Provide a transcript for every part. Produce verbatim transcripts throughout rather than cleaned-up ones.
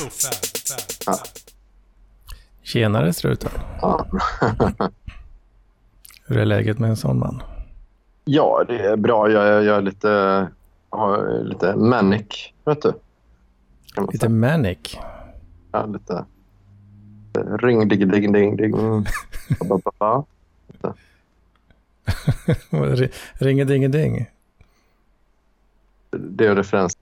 Ja. Tjenare struten. Ja. Hur är läget med en sån man? Ja, det är bra. Jag, jag, jag är lite, har lite manic, vet du. Lite säga. Manic? Ja, lite. Ring, dig, dig, ding, ding. Ring, ding, ding. Det är referens.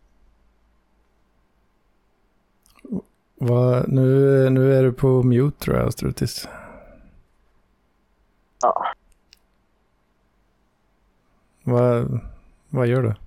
Va, nu, nu är du på mute tror jag, Strutis. Ja. Vad, vad gör du?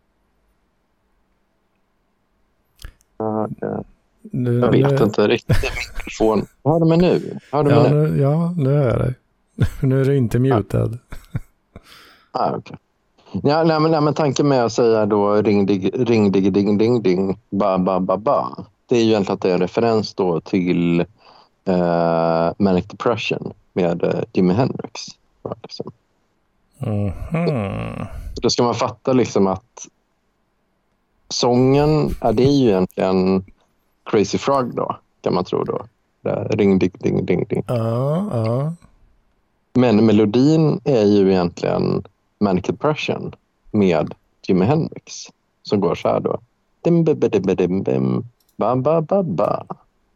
Ja, det... nu, jag vet nu... inte riktigt. Mikrofon. Hör du mig nu? Hör du mig ja, nu? nu? Ja, nu hör jag dig. Nu är du inte mutad. Ja, okej. Okay. Ja, nej, men, nej, men tanken med att säga då ring, dig, ring, dig, ding, ding, ding, ba, ba, ba, ba. Det är ju egentligen att det är en referens då till uh, Manic Depression med uh, Jimi Hendrix. Liksom. Mm-hmm. Då ska man fatta liksom att sången, ja, det är ju egentligen Crazy Frog då, kan man tro då. Där, ring, ding, ding, ding, ding. Ja, ja. Men melodin är ju egentligen Manic Depression med Jimi Hendrix som går så här då. Dim, bim, bim, bim, bim, ba, ba, ba, ba.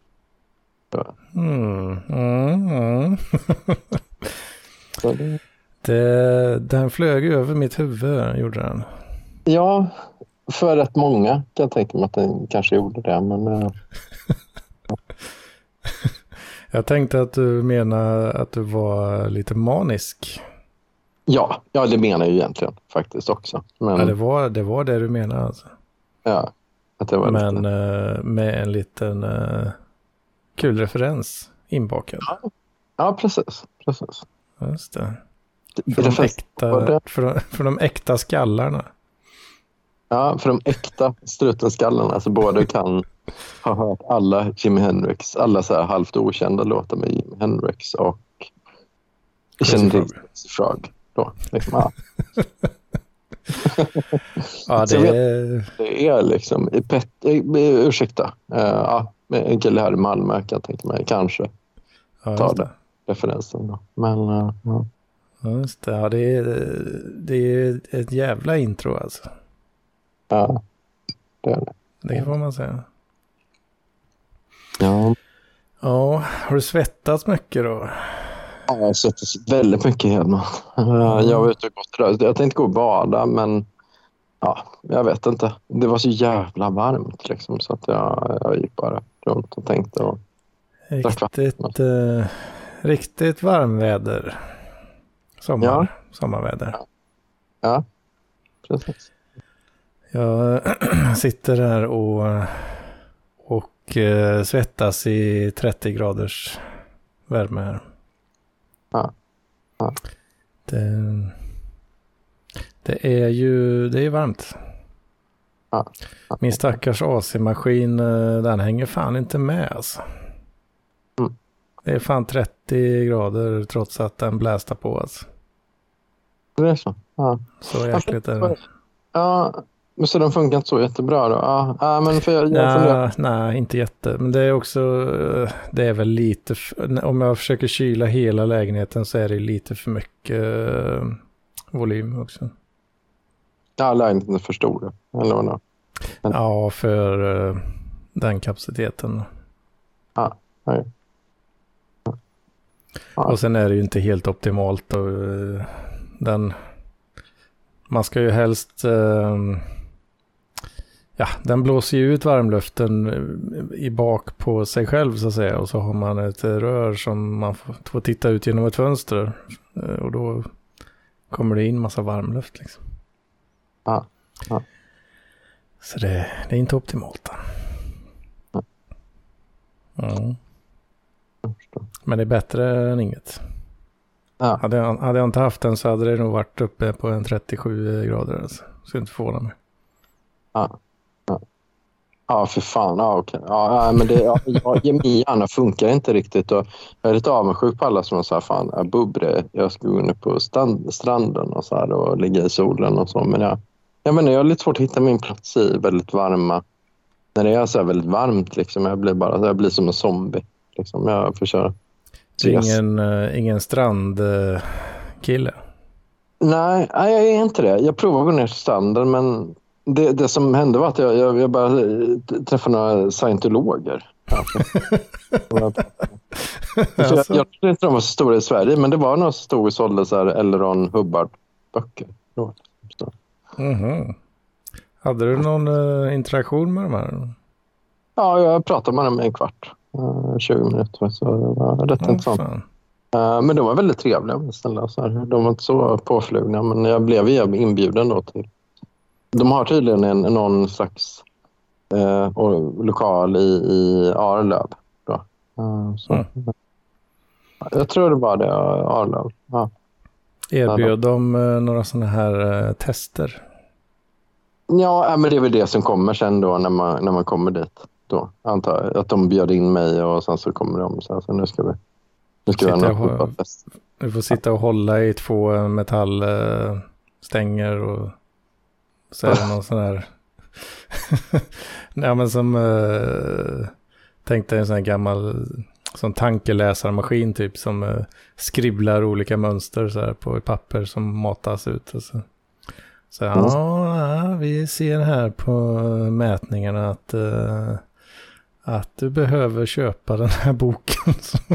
Mm, mm, mm. det... Det, den flög över mitt huvud, gjorde den. Ja, för rätt många kan jag tänka mig att den kanske gjorde det, men... Uh... jag tänkte att du menar att du var lite manisk. Ja, ja, det menar jag ju egentligen faktiskt också. Men... Ja, det var, det var det du menade alltså. Ja, att det var men lite... uh, med en liten uh, kul referens inbakad. Ja, ja precis, precis. Just det. det för, de de äkta, för, de, för de äkta skallarna. Ja, för de äkta strutenskallarna. Alltså både kan ha hört alla Jimi Hendrix, alla så här halvt okända låtar med Jimi Hendrix och Crazy Frog. Frog då, liksom, ja. Ja, det är... det är liksom pet, ursäkta uh, ja, en kille här i Malmö kan jag tänka mig kanske ja, ta det referensen då. Men uh, ja. Just det, ja, det är, det är ett jävla intro alltså. Ja, det är det. Det får man säga. Ja. Ja, har du svettats mycket då? Ja, jag har svettats väldigt mycket hemma. Mm. Jag var ute och gått. Jag tänkte gå och bada, men ja, jag vet inte. Det var så jävla varmt liksom, så att jag, jag gick bara runt och tänkte. Och... Riktigt, eh, riktigt varmväder. Sommar, ja. Sommarväder. Ja, ja. Precis. Jag sitter där och, och eh, svettas i trettio graders värme här. Ja. Ja. Det, det är ju det är varmt. Ja. Ja. Min stackars A C-maskin, den hänger fan inte med alltså. Mm. Det är fan trettio grader trots att den blästar på alltså. Det är så. Ja. Så jäkligt är det. Ja, men så den funkar inte så jättebra då? Ja, ja men för jag, jag nej, funderar... nej, inte jätte. Men det är också, det är väl lite, om jag försöker kyla hela lägenheten så är det lite för mycket uh, volym också. Ja, lägenheten är för stor. Eller vad men... Ja, för uh, den kapaciteten. Ja, ja. Ja. Och sen är det ju inte helt optimalt. Och, uh, den, man ska ju helst... Uh, Ja, den blåser ju ut varmluften i bak på sig själv så att säga. Och så har man ett rör som man får titta ut genom ett fönster. Och då kommer det in massa varmluft liksom. Ja, ja. Så det, det är inte optimalt. Ja. Mm. Men det är bättre än inget. Ja. Hade jag, hade jag inte haft den så hade det nog varit uppe på en trettiosju grader. Alltså. Så jag inte förvånar mig. Ja. Ja, för fan. Ja, okej. Ja, men det, ja, ja, min hjärna funkar inte riktigt. Och jag är lite avundsjuk på alla som säger fan, jag bubbre. Jag ska gå ner på stand, stranden och, så här, och ligga i solen och så. Men jag, jag, menar, jag har lite svårt att hitta min plats i väldigt varma när det är så här väldigt varmt liksom, jag blir bara jag blir som en zombie liksom. Jag får köra. Ingen, uh, ingen strandkille? Uh, nej, nej, jag är inte det. Jag provade att gå ner till stranden, men det, det som hände var att jag, jag, jag bara träffade några scientologer. jag, alltså. jag tror inte de var så stora i Sverige, men det var några som stod och sålde så här L. Ron Hubbard-böcker. Mm-hmm. Hade du någon uh, interaktion med de här? Ja, jag pratade med dem en kvart. Uh, tjugo minuter. Så det var rätt oh, intressant. Uh, men de var väldigt trevliga. Snälla, så här. De var inte så påflugna, men jag blev ju inbjuden då till. De har tydligen en, någon slags uh, lokal i, i Arlöv. Då. Uh, så. Mm. Jag tror det var det, Arlöv. Ja. Erbjöd de uh, några sådana här uh, tester? Ja, men det är väl det som kommer sen då när man, när man kommer dit. Då antar jag att de bjöd in mig och sen så kommer de. Så alltså, nu ska vi nu ska vi ha en fest. Du får sitta och hålla i två metallstänger och så är det någon sån här nej men som uh, tänkte en sån här gammal som tankeläsarmaskin typ som uh, skribblar olika mönster så här på papper som matas ut och så. Så ja, ja, vi ser här på mätningarna att, uh, att du behöver köpa den här boken.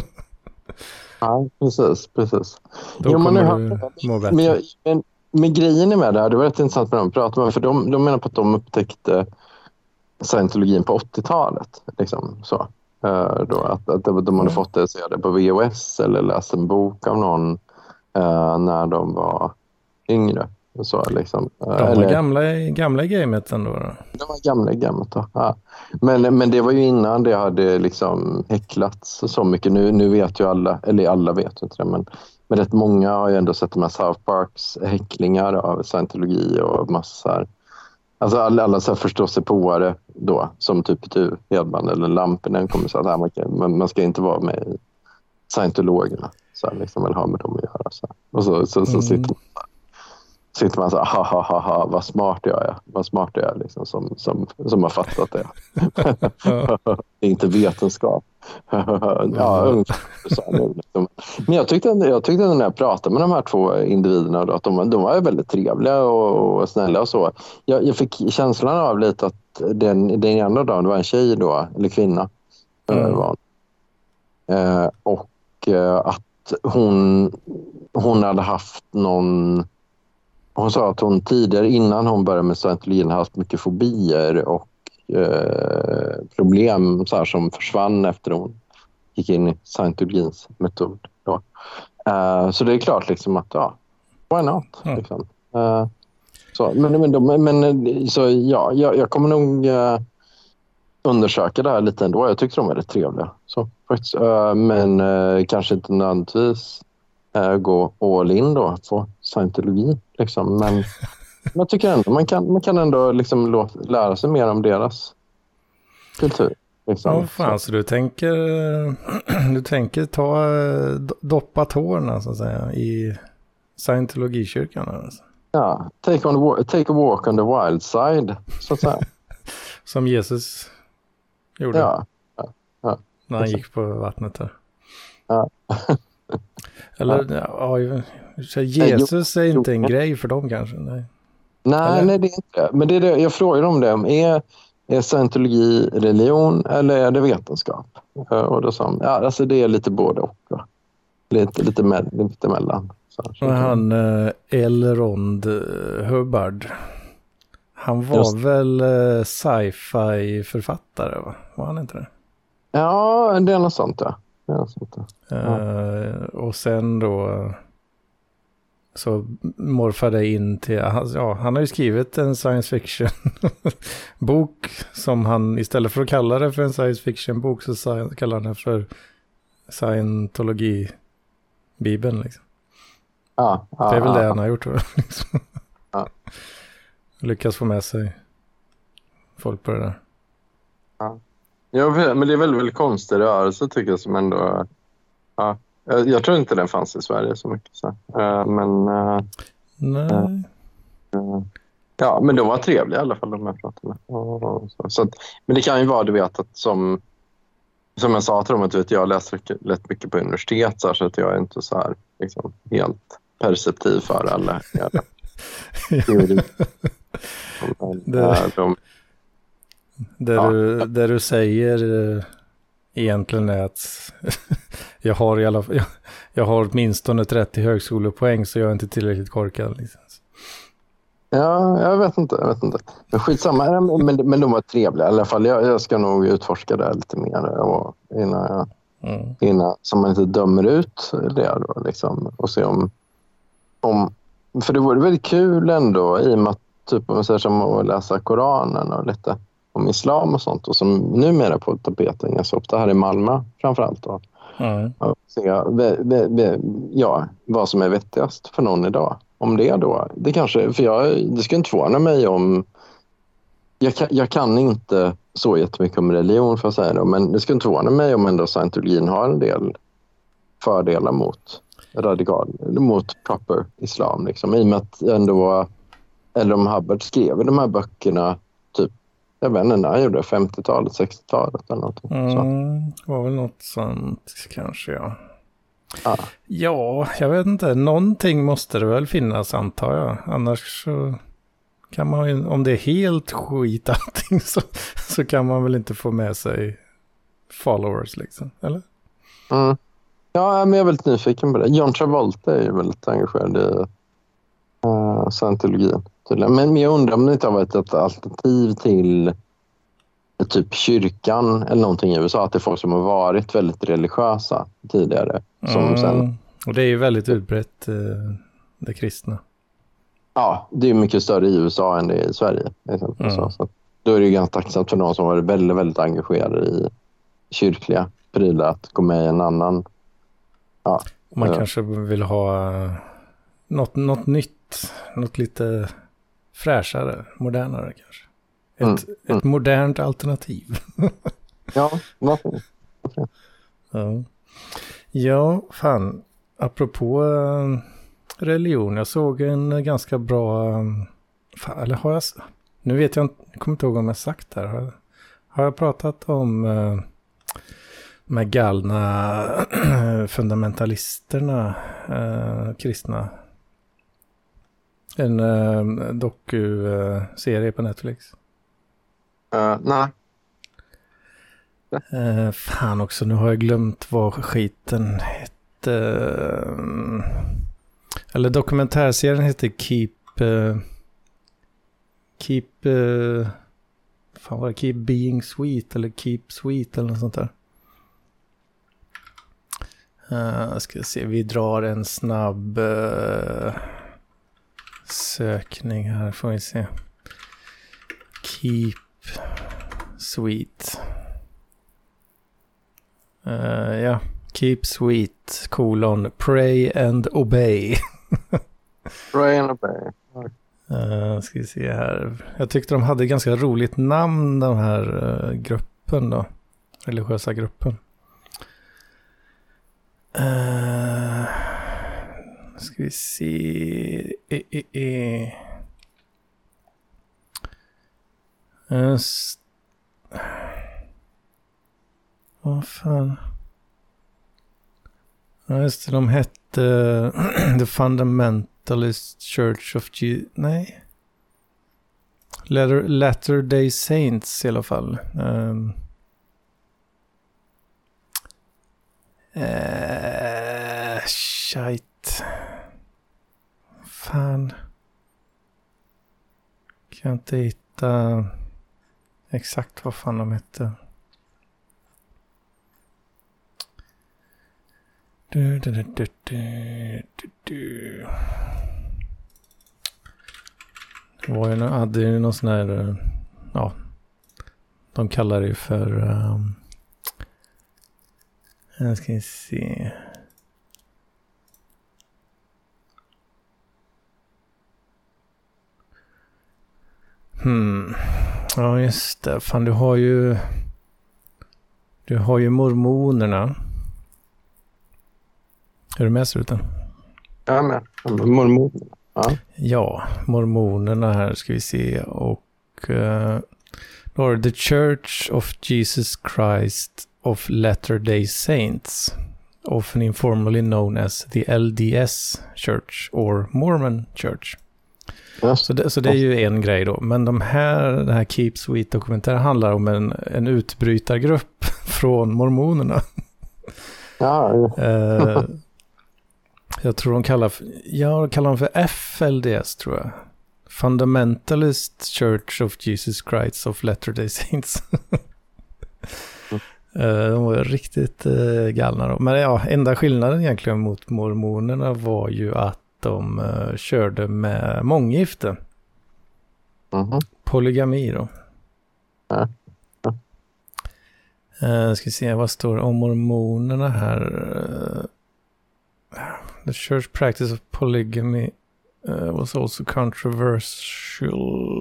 Ja, precis, precis. Då jo, kommer men, du må bättre. Men, men, men grejen är med det här, det var rätt intressant med dem att prata med, för de, de menar på att de upptäckte scientologin på åttiotalet. Liksom, så. Uh, då, att, att de, de hade fått det, se det på V H S eller läst en bok av någon uh, när de var yngre. Så, liksom. De var Eller, gamla, gamla i gamet ändå då? De var gamla i gamet då, ja. Men, men det var ju innan det hade liksom häcklats så mycket. Nu, nu vet ju alla, eller alla vet inte det, men, men rätt många har ju ändå sett de här South Parks häcklingar av scientologi och massor. Alltså alla, alla så här förståsigpåare då, som typ du, Hedman eller Lampinen kommer säga att man, man, man ska inte vara med i scientologerna så här, liksom, eller ha med dem att göra. Så här. Och så, så, så mm. sitter man sitter man så här, ha ha ha ha, vad smart jag är, vad smart jag är liksom, som, som, som har fattat det. Det är inte vetenskap. Ja, ungefär så nu, liksom. Men jag tyckte, jag tyckte när jag pratade med de här två individerna då, att de, de var väldigt trevliga och, och snälla och så. Jag, jag fick känslan av lite att den, den ena dagen, det var en tjej då, eller kvinna. Mm. Var, eh, och eh, att hon, hon hade haft någon. Hon sa att hon tidigare, innan hon började med scientologin, haft mycket fobier och eh, problem så här, som försvann efter hon gick in i scientologins metod. Då. Eh, så det är klart liksom att, ja, why not? Mm. Liksom. Eh, så, men men, de, men så, ja, jag, jag kommer nog eh, undersöka det här lite ändå. Jag tyckte de var rätt trevliga. Så, faktiskt, eh, men eh, kanske inte nödvändigtvis gå all in då på scientologi liksom. Men jag tycker ändå man kan, man kan ändå liksom låta, lära sig mer om deras kultur liksom. Ja, fan, så du tänker du tänker ta doppa tårna så att säga i scientologikyrkan alltså. Ja, take, on, take a walk on the wild side så att säga. Som Jesus gjorde. Ja, ja, ja. När han gick på vattnet där. Ja. Eller ja, ja, Jesus är inte en grej för dem kanske. Nej, nej, nej det är inte det. Men det är det, jag frågar om det. Är, är scientologi religion eller är det vetenskap? Och då sa ja, alltså det är lite både och. Va? Lite, lite, med, lite mellan. Så, så. Han uh, L. Ron Hubbard. Han var Just. väl uh, sci-fi författare, va? Var han inte det? Ja, det är något sånt, ja. Ja, sånt ja. Uh, och sen då så morfade in till, ja, han har ju skrivit en science fiction bok som han, istället för att kalla det för en science fiction bok så kallar han det för Scientology-bibeln liksom. Ja, ja, det är väl ja, det han har gjort liksom. Ja. Lyckas få med sig folk på det där. Ja. Ja, men det är väldigt, väldigt konstig rörelse tycker jag som ändå, ja, jag, jag tror inte den fanns i Sverige så mycket så. Uh, men uh, nej. Uh, Ja, men de var trevliga i alla fall, de jag pratade med. Och så, så att, men det kan ju vara, du vet, att som, som jag sa till dem, att du vet, jag läser rätt mycket på universitet så, här, så att jag är inte så här liksom, helt perceptiv för alla teori. det, de, det, ja. du, det du säger egentligen är att jag har i alla fall, jag, jag har åtminstone trettio högskolepoäng, så jag är inte tillräckligt korkad liksom. Ja, jag vet inte, jag vet inte. Men skitsamma, men, men de var trevliga i alla fall. Jag, jag ska nog utforska det lite mer och innan, jag, mm. innan så man inte dömer ut det då, liksom, och se om, om... För det vore väldigt kul ändå, i och med att typ, om man säger som att läsa Koranen och lite om islam och sånt, och som numera på tapeten, jag såg det här i Malmö framförallt då. Mm. Och se be, be, be, ja, vad som är vettigast för någon idag. Om det då, det kanske, för jag, det ska inte förvåna mig om, jag kan, jag kan inte så jättemycket om religion för att säga det, men det ska inte förvåna mig om ändå scientologin har en del fördelar mot radikal, mot proper islam liksom, i och med att ändå, eller om Hubbard skrev de här böckerna typ, jag vet inte när han gjorde, femtiotalet, sextiotalet eller något. Mm, det var väl något sånt kanske, ja. Ah. Ja, jag vet inte. Någonting måste det väl finnas, antar jag. Annars så kan man ju, om det är helt skit allting, så, så kan man väl inte få med sig followers liksom, eller? Mm. Ja, men jag är väldigt nyfiken på det. John Travolta är ju väldigt engagerad i uh, scientologin. Men jag undrar om det inte har varit ett alternativ till typ kyrkan eller någonting i U S A, att det är folk som har varit väldigt religiösa tidigare. Som mm. sen... Och det är ju väldigt utbrett, eh, det kristna. Ja, det är mycket större i U S A än det är i Sverige. Mm. Så, så då är det ju ganska tacksamt för någon som varit väldigt, väldigt engagerade i kyrkliga prylar att gå med i en annan. Ja, man äh, kanske vill ha något, något nytt, något lite fräschare, modernare kanske. Ett, mm. ett mm. modernt alternativ. Ja, varför? Okay. Ja. Ja, fan. Apropå uh, religion. Jag såg en ganska bra... Um, fan, eller har jag... Nu vet jag inte... Jag kommer inte ihåg om jag sagt det här. Har, har jag pratat om uh, de här galna fundamentalisterna, uh, kristna? En uh, doku-serie på Netflix. Uh, nej. Uh, fan också, nu har jag glömt vad skiten hette. Uh, eller dokumentärserien heter Keep uh, Keep uh, fan var det? Keep Being Sweet eller Keep Sweet eller något sånt där. Uh, ska se, vi drar en snabb uh, sökning här, får vi se. Keep Sweet. Uh, ja, Keep Sweet, kolon, Pray and Obey. Pray and Obey. Uh, ska vi se här. Jag tyckte de hade ganska roligt namn, den här uh, gruppen då. Religiösa gruppen. Uh, ska vi se. E, e, e. Just. Vad fan. Ja, just det, de hette The Fundamentalist Church of Jesus. Nej. Latter, Latter Day Saints i alla fall. Um. Uh, shit. Fan. Kan jag inte hitta exakt vad fan de hette. Du, du, du, du, du, du. Det var ju, hade ju någon sån här, ja, de kallar det för, um, jag ska se. Hmm. Ja, just det. Fan, du har ju, du har ju mormonerna. Är du med, Struten? Ja, med. Mormonerna. Ja, ja mormonerna här ska vi se. Och uh, då har The Church of Jesus Christ of Latter-day Saints, often informally known as the L D S Church or Mormon Church. yes. Så det, så det är ju en grej då. Men de här, den här Keep Sweet-dokumentären handlar om en, en utbrytargrupp från mormonerna. Ja, eh, jag tror de kallar, ja, de kallar dem för F L D S tror jag. Fundamentalist Church of Jesus Christ of Latter-day Saints. eh, de var riktigt eh, galna då. Men ja, enda skillnaden egentligen mot mormonerna var ju att de uh, körde med månggifte. Mm-hmm. Polygami då. Ja. Ja. Uh, ska vi se, vad står det om mormonerna här? Uh, the church practice of polygamy uh, was also controversial.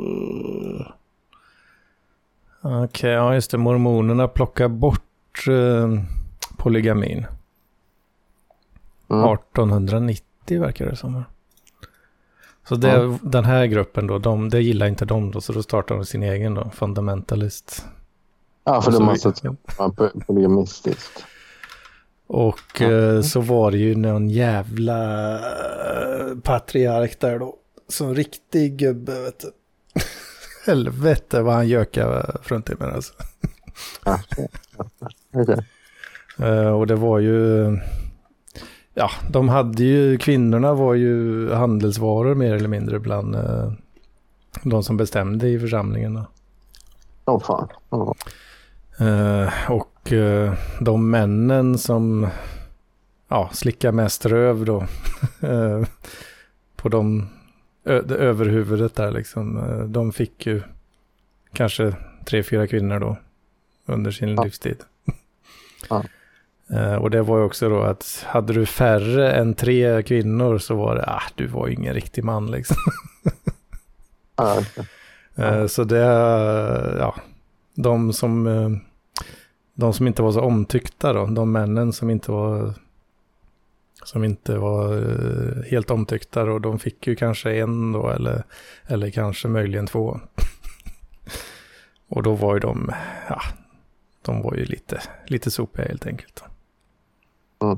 Okej, okay, ja just det. Mormonerna plockar bort uh, polygamin. Mm. artonhundranittio verkar det som. Så det, ja. Den här gruppen då, de, det gillar inte de då, så då startar de sin egen då, fundamentalist. Ja, för det måste vara polygamistiskt. Och ja. eh, så var det ju någon jävla patriark där då, som riktig gubbe, vet du. Helvete vad han gökade fruntimmer alltså. Ja. Okay. eh, och det var ju... Ja, de hade ju, kvinnorna var ju handelsvaror mer eller mindre bland eh, de som bestämde i församlingen. Åh oh, fan. Oh. Eh, och eh, de männen som ja, slickar mest röv då eh, på de ö, det överhuvudet där liksom. Eh, de fick ju kanske tre, fyra kvinnor då under sin ja. livstid. Ja. Uh, och det var ju också då att hade du färre än tre kvinnor så var det, ah, du var ju ingen riktig man liksom. uh, okay. uh, så det, uh, ja, de som uh, de som inte var så omtyckta då, de männen som inte var som inte var uh, helt omtyckta och de fick ju kanske en då eller, eller kanske möjligen två. Och då var ju de, ja, de var ju lite, lite sopiga helt enkelt. Mm.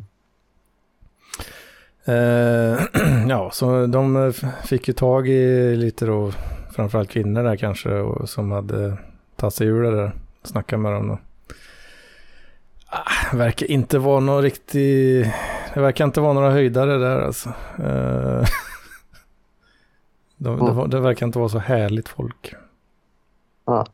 Uh, ja, så de fick ju tag i lite då, framförallt kvinnor där kanske, och, som hade tagit sig ur det där, snacka med dem då. Ah, verkar inte vara någon riktig, det verkar inte vara några höjdare där alltså. Uh, de, mm. det, det verkar inte vara så härligt folk. Ja.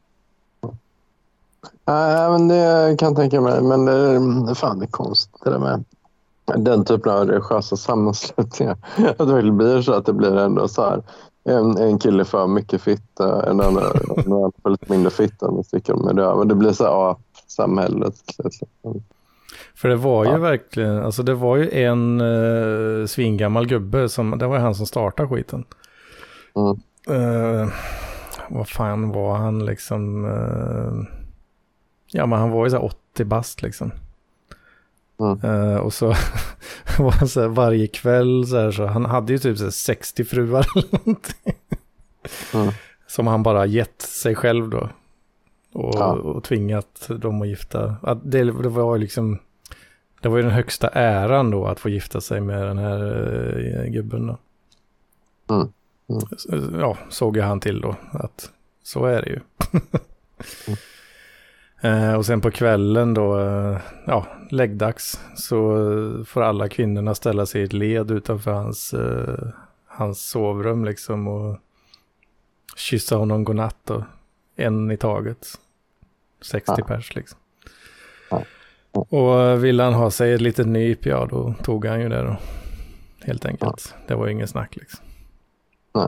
Nej, men det kan jag tänka mig. Men det är fan det är konstigt det där med den typen av religiösa sammanslutningar. Att det blir så att det blir ändå så här. En, en kille för mycket fitta, en annan för lite mindre fitta. Men det, det blir så här, ja, samhället. För det var ju ja. verkligen, alltså det var ju en uh, svingammal gubbe, som, det var ju han som startade skiten. Mm. Uh, vad fan var han liksom... Uh, Ja, men han var ju så här åttio bast liksom. Mm. Uh, och så var han så här varje kväll så här, så han hade ju typ så här sextio fruar eller någonting. Mm. Som han bara gett sig själv då. Och, ja. och tvingat dem att gifta. Att det, det var liksom, det var ju den högsta äran då att få gifta sig med den här uh, gubben då. Mm. Mm. Ja, såg jag han till då att så är det ju. mm. Uh, och sen på kvällen då, uh, ja, läggdags, så får alla kvinnorna ställa sig i ett led utanför hans, uh, hans sovrum liksom och kyssa honom godnatt då, en i taget, sextio ja. pers liksom. Ja. Ja. Och ville han ha sig ett litet nyp, ja då tog han ju det då, helt enkelt. Ja. Det var ju ingen snack liksom. Nej.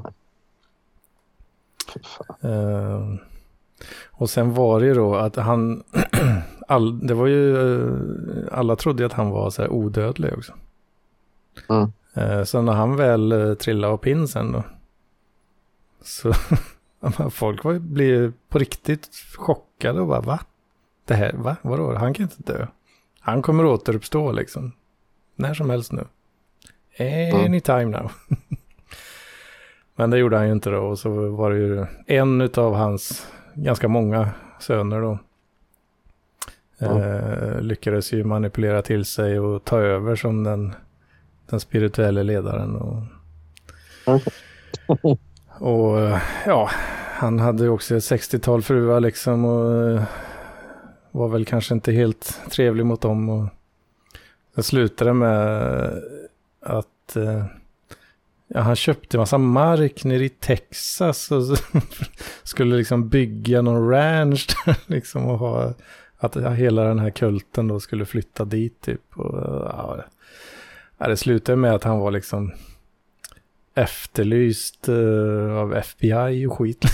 Uh, och sen var det ju då att han all, det var ju alla trodde att han var så här odödlig också. Mm. Uh, så när han väl uh, trillade av pinsen då, så folk var ju, blev på riktigt chockade och bara, va? Det här, va? Vadå? Han kan inte dö. Han kommer återuppstå liksom. När som helst nu. Anytime mm. now. Men det gjorde han ju inte då. Och så var det ju en av hans ganska många söner då. Mm. Eh, lyckades ju manipulera till sig och ta över som den, den spirituella ledaren. Och, okay. och ja, han hade ju också ett sextiotal fruar liksom och var väl kanske inte helt trevlig mot dem. Och det slutade med att eh, ja, han köpte en massa mark nere i Texas och skulle liksom bygga någon ranch där, liksom, och ha att ja, hela den här kulten då skulle flytta dit typ. Och, ja, det slutade med att han var liksom efterlyst uh, av F B I och skit.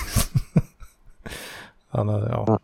Han hade, ja,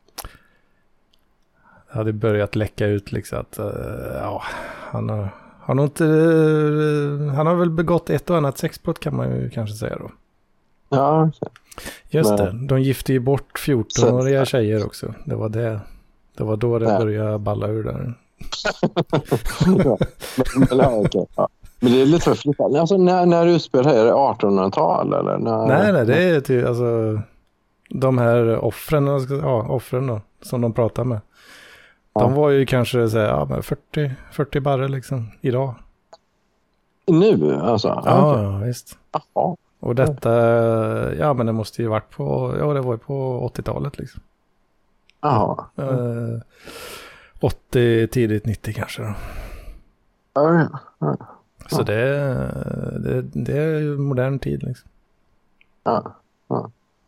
hade börjat läcka ut liksom att uh, ja, han har Han har, inte, han har väl begått ett och annat sexbrott kan man ju kanske säga då. Ja, okay. Just Men... det, de gifte ju bort fjorton-åriga tjejer också. Det var det. Det var då det Nej. började balla ur där. ja. men, men, okay. ja. men det är lite för flippande. Alltså, när, när du spelar här, är det artonhundratal eller? När... Nej, nej, det är till, alltså de här offren, ja, offren då, som de pratar med. De var ju kanske så här, ja, fyrtio, fyrtio barre liksom idag. Nu alltså? Ja, okay. ja visst. Aha. Och detta, ja men det måste ju varit på, ja det var ju på åttiotalet liksom. Ja. Uh, åttio, tidigt nittio kanske då. Ja, ja. Så det, det, det är ju modern tid liksom. Ja, ja.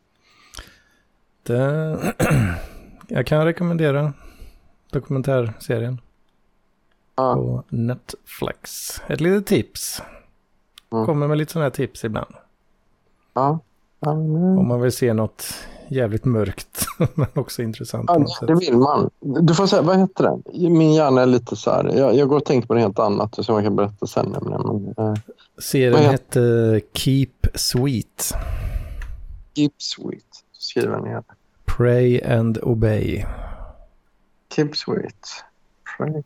Det, jag kan rekommendera dokumentärserien ja. på Netflix. Ett litet tips. Mm. Kommer med lite sådana här tips ibland. Ja. Mm. Om man vill se något jävligt mörkt men också intressant. Ja, det vill man. Du får säga, vad heter den? Min hjärna är lite så här. Jag, jag går och tänker på något helt annat så man kan berätta sen. Men, äh, serien hette Keep Sweet. Keep Sweet. Skriver ner. Pray and Obey. Keep Sweet. Pray.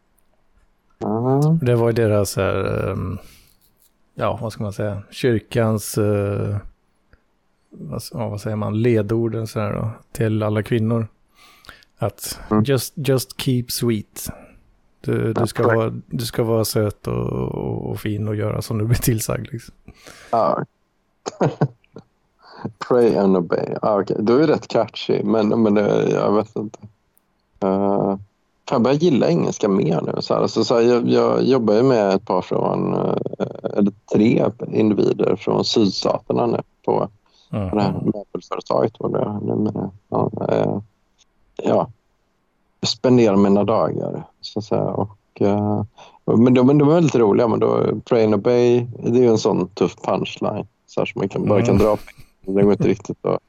Uh. Det var ju deras här, um, ja vad ska man säga, kyrkans uh, vad, vad säger man, ledorden så här då, till alla kvinnor. Att mm. just, just keep sweet. Du, du, ska vara, du ska vara söt och, och, och fin och göra som du blir tillsagd liksom. Ja. Pray and obey. Ah, okay. Du är rätt catchy, men, men det, jag vet inte. Uh, jag börjar gilla engelska mer nu. Så här. Alltså, så här, jag, jag jobbar ju med ett par från, uh, eller tre individer från sydstaterna nu på mm. det här möbelföretaget. Ja, uh, ja, jag spenderar mina dagar. Så att säga. Och, uh, men, de, men de är väldigt roliga. Men då, Pray and obey, det är ju en sån tuff punchline. Så här, som man kan, bara kan dra på. Det går inte riktigt att...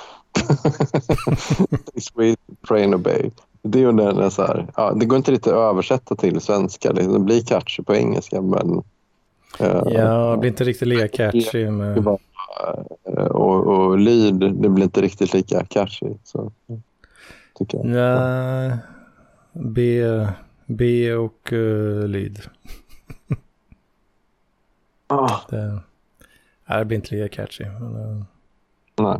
Sweet, pray and obey. Det är ju den så här... Ja, det går inte riktigt att översätta till svenska. Det blir catchy på engelska, men... Uh, ja, det blir inte riktigt lika catchy. Med... Och, och lyd, det blir inte riktigt lika catchy. Så, tycker jag. Nej, B, B och uh, lyd. ah. det, nej, det blir inte lika catchy. Men, uh... Nej.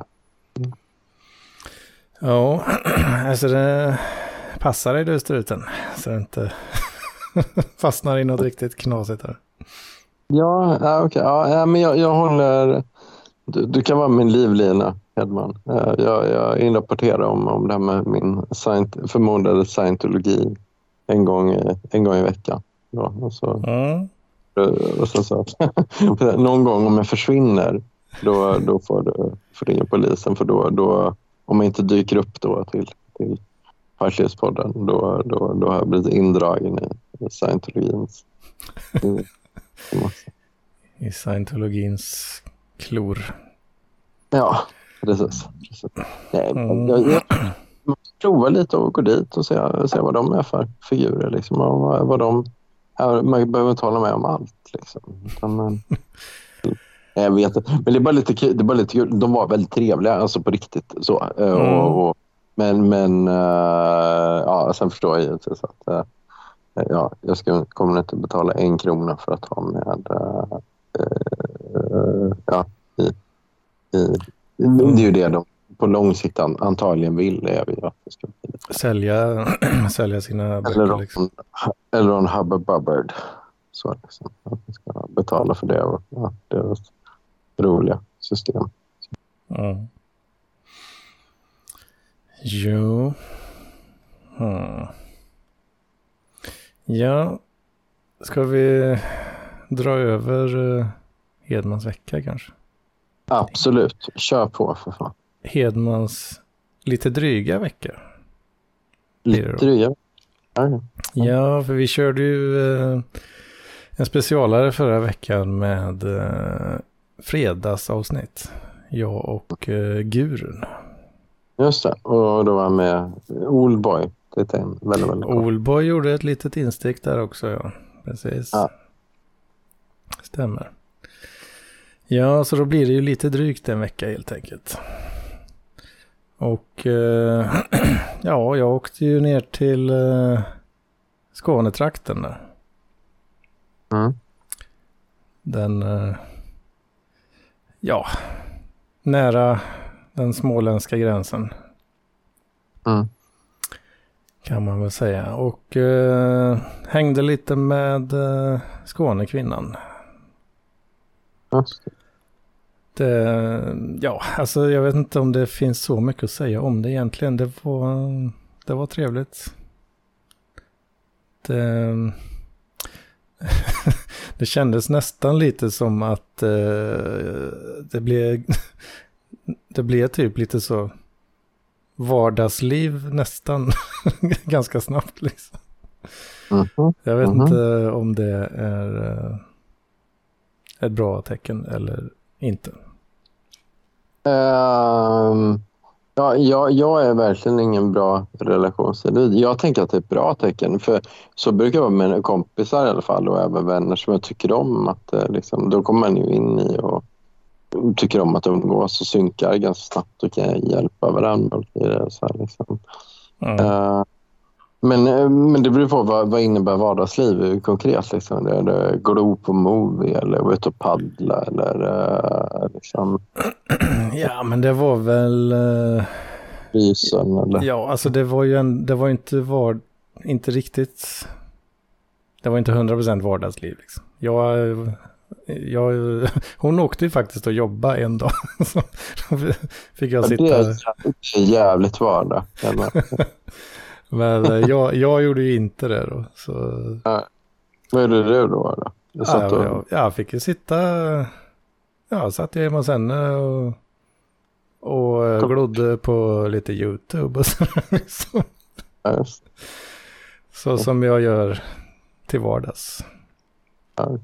Ja, alltså det passar dig du struten så det inte fastnar i något riktigt knasigt här. Ja, ja okej. Okay. Ja, men jag, jag håller... Du, du kan vara min livlina, Hedman. Jag, jag inrapporterar om, om det här med min scient, förmodade scientologi en gång, en gång i veckan. Ja, och så, mm. och så, så. Någon gång om jag försvinner då, då får du får ringa polisen, för då, då om jag inte dyker upp då till, till Parklivspodden då, då, då har jag blivit indragen i scientologins i, i scientologins klor. Ja, precis, precis. Nej, mm. jag, jag, jag provar lite och gå dit och se, se vad de är för figurer liksom, och vad, vad de är. Man behöver inte hålla med om allt liksom. Men, jag vet inte. Men det är bara lite kul. Det är bara lite kul. De var väldigt trevliga, alltså på riktigt. Så. Mm. Och, och, men, men uh, ja, sen förstår jag givetvis att uh, ja, jag ska, kommer inte betala en krona för att ha med uh, uh, ja, i, i, mm. Det är ju det de på lång sikt antagligen vill. Det är ju att det ska bli sälja, sälja sina böcker. Eller, liksom. eller en Hubbard Bubbard. Så liksom, att vi ska betala för det. Och, ja, det är ett roliga system. Mm. Jo. Hmm. Ja. Ska vi dra över uh, Hedmans vecka kanske? Absolut. Kör på för fan. Hedmans lite dryga vecka. Lite dryga? Ja. Ja, för vi körde ju uh, en specialare förra veckan med uh, fredagsavsnitt. Jag och uh, Gurun. Just det, och då var med Oldboy. Det är en väldigt, väldigt Oldboy gjorde ett litet instick där också, ja. Precis. Ja. Stämmer. Ja, så då blir det ju lite drygt en vecka helt enkelt. Och eh, ja, jag åkte ju ner till eh, Skånetrakten där. Mm. Den, eh, ja, nära den småländska gränsen. Mm. Kan man väl säga. Och eh, hängde lite med eh, Skånekvinnan. Just det. Det, ja, alltså jag vet inte om det finns så mycket att säga om det egentligen. Det var, det var trevligt. Det, det kändes nästan lite som att eh, det blev det blev typ lite så vardagsliv nästan ganska snabbt liksom. Mm-hmm. Jag vet mm-hmm. inte om det är uh, ett bra tecken eller inte. Um, ja, jag, jag är verkligen ingen bra relationsstil. Jag tänker att det är ett bra tecken. För så brukar det vara med kompisar i alla fall och även vänner som jag tycker om. Att, liksom, då kommer man ju in i och tycker om att umgås och synkar ganska snabbt och kan hjälpa varandra. Så här, liksom. mm. uh, men, men det beror på vad, vad innebär vardagsliv konkret. Liksom. Det är det glo på movie eller gå ut och paddla eller uh, liksom. Ja, men det var väl uh, rysen eller? Ja, alltså det var ju en, det var inte var inte riktigt, det var inte hundra procent vardagsliv liksom. Jag Jag, hon åkte ju faktiskt att jobba en dag. Så fick jag sitta... Det är jävligt vardag. Men jag, jag gjorde ju inte det då. Så... Ja. Vad gjorde du då? då? Du ja, och... jag, jag fick ju sitta... Ja, satt jag hemma hos henne och, och Kom. glodde på lite YouTube och så. Liksom. Ja, så som jag gör till vardags. Ja.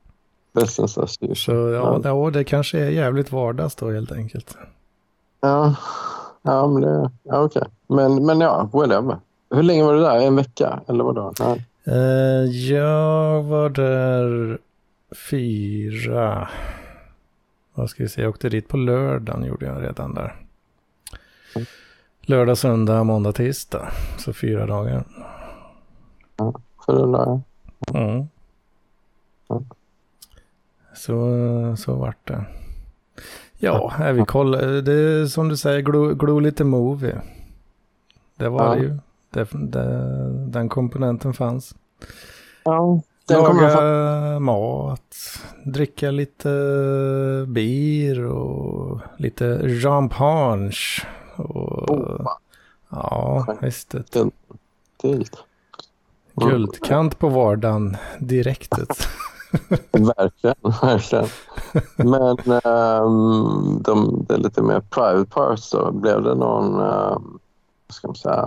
Så ja, ja, det kanske är jävligt vardags då helt enkelt. Ja, ja men det, ja, okej. Men, men ja, whatever. Hur länge var du där? En vecka? Eller vad då? Ja. Uh, jag var där fyra. Vad ska vi säga? Jag åkte dit på lördagen, gjorde jag redan där. Mm. Lördag, söndag, måndag, tisdag. Så fyra dagar. Ja, fyra dagar. Mm. Ja. Så, så vart det. Ja, är vi kollar, det är som du säger, glo, glo lite movie. Det var ja. det ju. Det, det, den komponenten fanns. Ja, den laga mat, dricka lite bier och lite champagne. Och, oh. Ja, visst det. Mm. Guldkant på vardagen direkt. Verkligen, verkligen. Men um, de, det är lite mer private parts så blev det någon, um, vad ska man säga?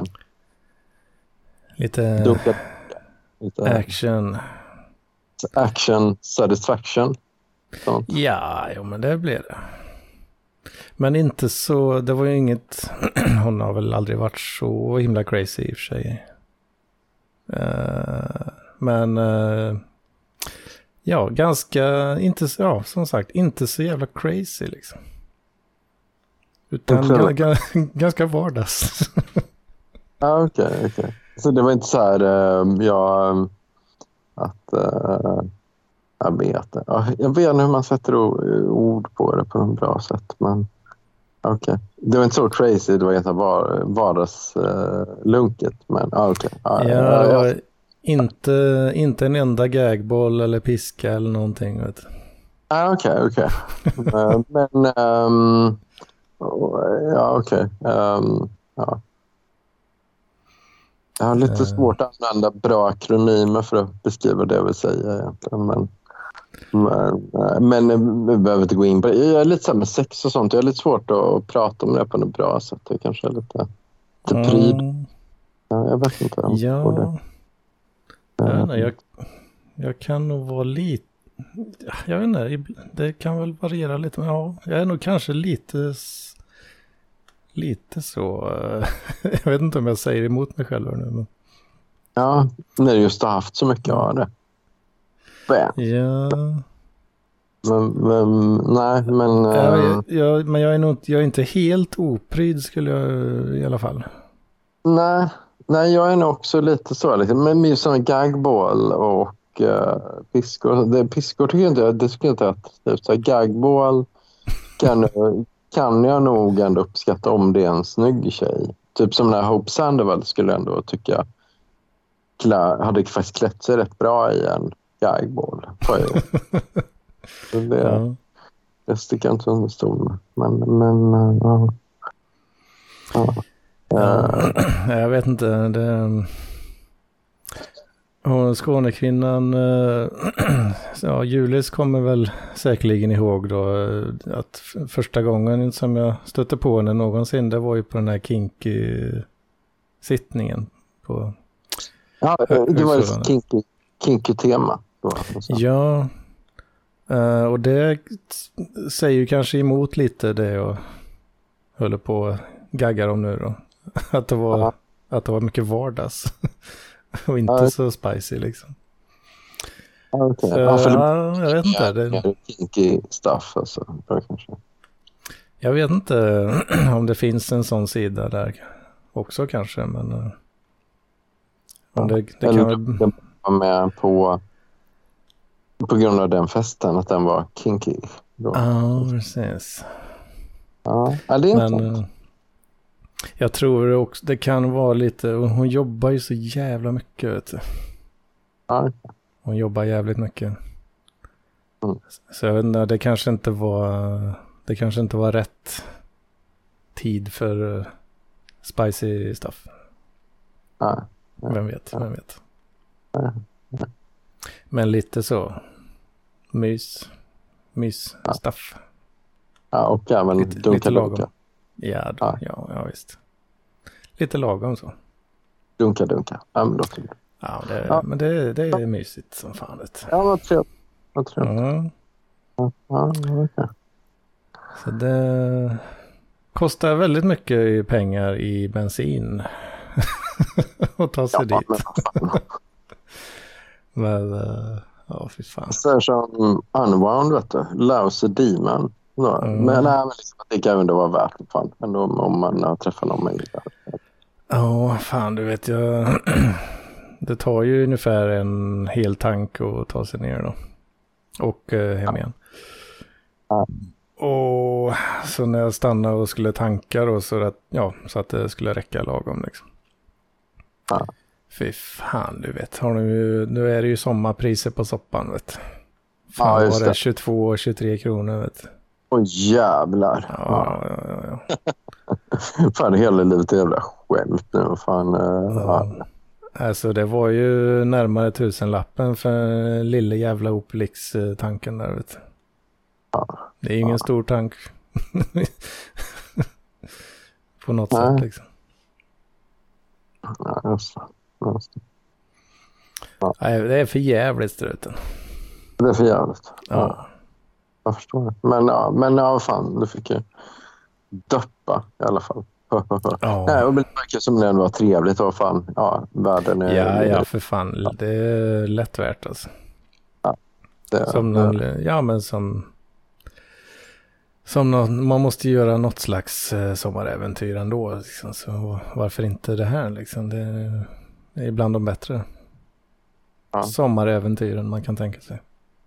Lite, Duka, lite action. Action satisfaction. Sånt. Ja, jo, men det blev det. Men inte så, det var ju inget, hon har väl aldrig varit så himla crazy i och för sig. Uh, men... Uh, Ja, ganska, inte, ja, som sagt, inte så jävla crazy liksom. Utan g- g- ganska vardags. Ja, okej, okay, okej. Okay. Så det var inte så här, uh, ja, att, uh, Jag vet det. Ja, jag vet inte hur man sätter ord på det på något bra sätt. Men okej. Okay. Det var inte så crazy. Det var inte var, vardagslunket. Uh, men ah, okej. Okay. Ah, ja, det var ja. inte, inte en enda gagboll eller piska eller någonting. Vet du. Ah, okej, okay, okej. Okay. uh, men um, ja, okej. Okay. Um, ja. Jag har lite uh. svårt att använda bra akronymer för att beskriva det jag vill säga egentligen. Men Men, men vi behöver inte gå in på det. Jag är lite så här med sex och sånt. Jag är lite svårt att prata om det på något bra sätt. Det kanske är lite, lite pryd. Mm. Ja, jag vet inte. Ja. Det. Ja, nej, jag, jag kan nog vara lite... Jag vet inte. Det kan väl variera lite. Men ja, jag är nog kanske lite... Lite så... Jag vet inte om jag säger emot mig själv nu. Men... Ja, när du just har haft så mycket av det. Ja. Men, men nej, men... Ja, jag, jag, men jag är nog jag är inte helt opryd skulle jag i alla fall. Nej, nej jag är nog också lite så. Liksom. Men just som gagball och uh, piskor. Det, piskor tycker jag inte, det tycker jag inte att typ, så gagball kan, kan jag nog ändå uppskatta om det är en snygg tjej. Typ som den här Hope Sandoval skulle jag ändå tycka klä, hade faktiskt klätt sig rätt bra i en gagball. Så det, ja. Det sticker inte under stolen. Men, men uh, uh, uh. Jag vet inte. Det, och Skånekvinnan uh, ja, Julis kommer väl säkerligen ihåg då att första gången som jag stötte på henne någonsin, det var ju på den här kinky sittningen på ja, det var ett kinky, kinky tema. Ja, uh, och det säger ju kanske emot lite det jag håller på att gaggar om nu då. Att det var, att det var mycket vardags och inte ja. Så spicy liksom. Ja, okay. Så, ja, ja, jag vet inte. Det är kinky stuff alltså. Kanske. Jag vet inte om det finns en sån sida där också kanske, men uh, om det, det kan väl... vara med på på grund av den festen, att den var kinky. Ja, ah, precis. Ja, det är men inte. Uh, jag tror också, det kan vara lite, hon jobbar ju så jävla mycket, vet du. Ja. Hon jobbar jävligt mycket. Mm. Så jag vet inte, det kanske inte var det kanske inte var rätt tid för uh, spicy stuff. Ja. Ja. Vem vet, ja. vem vet. Ja. Ja. Men lite så mys, mys ja. stuff. Ja, och även lite, dunka, lite lagom. dunka. Ja, då, ja. Ja, ja, visst. Lite lagom så. Dunka, dunka. Ja, men, låter det. Ja, det, ja. men det, det är mysigt som fan. Vet. Ja, vad trevligt. Vad trevligt. Ja. Ja, ja, okay. Så det kostar väldigt mycket i pengar i bensin att ta sig ja, dit. Men, uh, ja, fy fan. Så är som Unwound, vet du. Lousy Demon. Mm. Men nej, men liksom, det kan ändå vara värt det fan. Ändå om man har träffat någon med det. Ja, oh, fan, du vet jag. Det tar ju ungefär en hel tank att ta sig ner då. Och eh, hem igen. Ja. Och så när jag stannade och skulle tanka då så att, ja, så att det skulle räcka lagom liksom. Ja. Fy fan, du vet. Har nu, nu är det ju sommarpriser på soppan, vet. Fan, ja, var det, det tjugotvå tjugotre kronor, vet. Åh jävlar. Ja, ja, ja, ja. Fan, hela livet är jävla skämt nu. Fan, ja. Ja. Alltså det var ju närmare tusenlappen för lille jävla Opelix-tanken där, vet. Ja. Det är ingen ja. Stor tank. På något Nej. Sätt liksom. Ja, just det. Just det. Ja. Nej, det är för jävligt, struten. Det är för jävligt. Ja. Ja. Jag förstår det. Men ja, men ja, fan, du fick ju döppa i alla fall. Ja. Nej, och det verkar som det var trevligt. Vad fan, ja, världen är... Ja, ja, för fan. Ja. Det är lätt värt alltså. Ja, det är, som någon, ja. ja, men som... Som någon, man måste göra något slags eh, sommaräventyr ändå. Liksom, så varför inte det här? Liksom? Det, det är ibland de bättre. Ja. Sommaräventyren man kan tänka sig.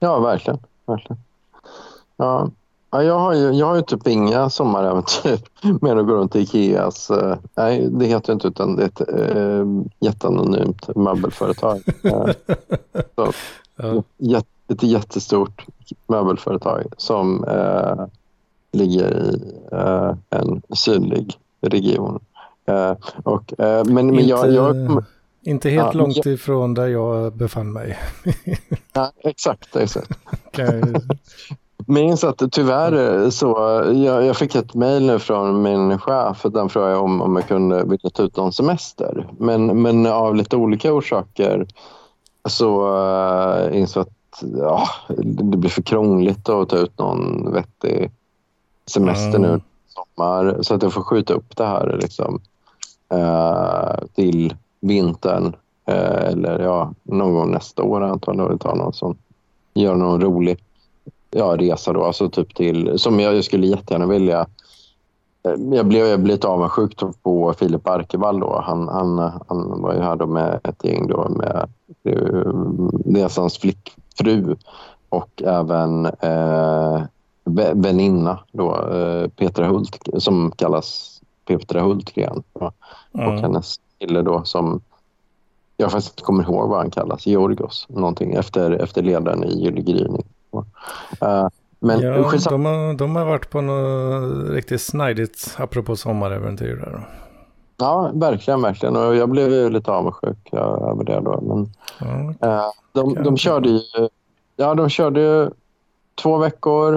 Ja, verkligen. verkligen. Ja. Ja, jag har ju, jag har ju typ inga sommaräventyr med att gå runt i Ikeas. Uh, nej, det heter inte utan det är ett uh, jätteanonymt möbelföretag. Uh, så, ja. jät, ett jättestort möbelföretag som uh, ligger i uh, en sydlig region. Uh, och, uh, men, inte, men jag, jag, inte helt ja, långt jag, ifrån där jag befann mig. ja, exakt, exakt. Okay. Minns att tyvärr så, jag, jag fick ett mejl nu från min chef för den frågade om, om jag kunde vilja ta ut någon semester. Men, men av lite olika orsaker så uh, insåg att ja, det blir för krångligt att ta ut någon vettig semester mm. nu i sommar. Så att jag får skjuta upp det här liksom, uh, till vintern uh, eller ja, någon gång nästa år antagligen ta någon sån, gör någon rolig ja, resa då, alltså typ till, som jag skulle jättegärna vilja. Jag blev, jag blev lite avundsjuk på Filip Arkevall då. Han, han, han var ju här då med ett gäng då med resans flickfru och även eh, väninna då, eh, Petra Hult, som kallas Petra Hultgren. Mm. Och hennes kille då som jag faktiskt inte kommer ihåg vad han kallas, Georgos, någonting efter, efter ledaren i Gyllene gryning. Uh, men ja, de har, de har varit på något riktigt snajdigt apropå sommaräventyr där då. Ja, verkligen, verkligen. Och jag blev ju lite avundsjuk ja, över det då. Men, ja, uh, de, de körde ju ja, de körde ju två veckor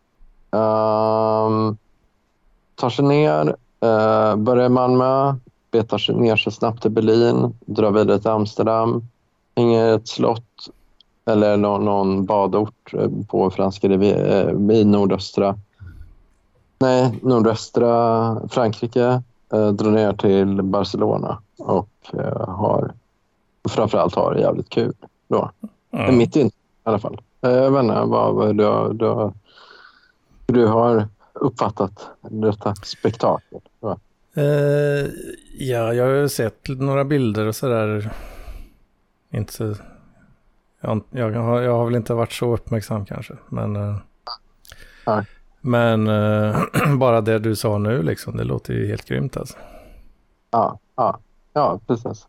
um, tar sig ner uh, börjar i Malmö, betar sig ner sig snabbt till Berlin, drar vidare till Amsterdam, hänger ett slott eller någon, någon badort på franska i nordöstra nej, nordöstra Frankrike, eh, drar ner till Barcelona och eh, har framförallt har det jävligt kul då. Mm. Mitt in i alla fall. Eh, jag vet inte vad, vad du, du, du har uppfattat detta spektakel. Uh, ja, jag har ju sett några bilder och sådär. Inte så Jag, jag, har, jag har väl inte varit så uppmärksam kanske, men, ja. men äh, bara det du sa nu liksom, det låter ju helt grymt alltså. Ja, ja, ja precis.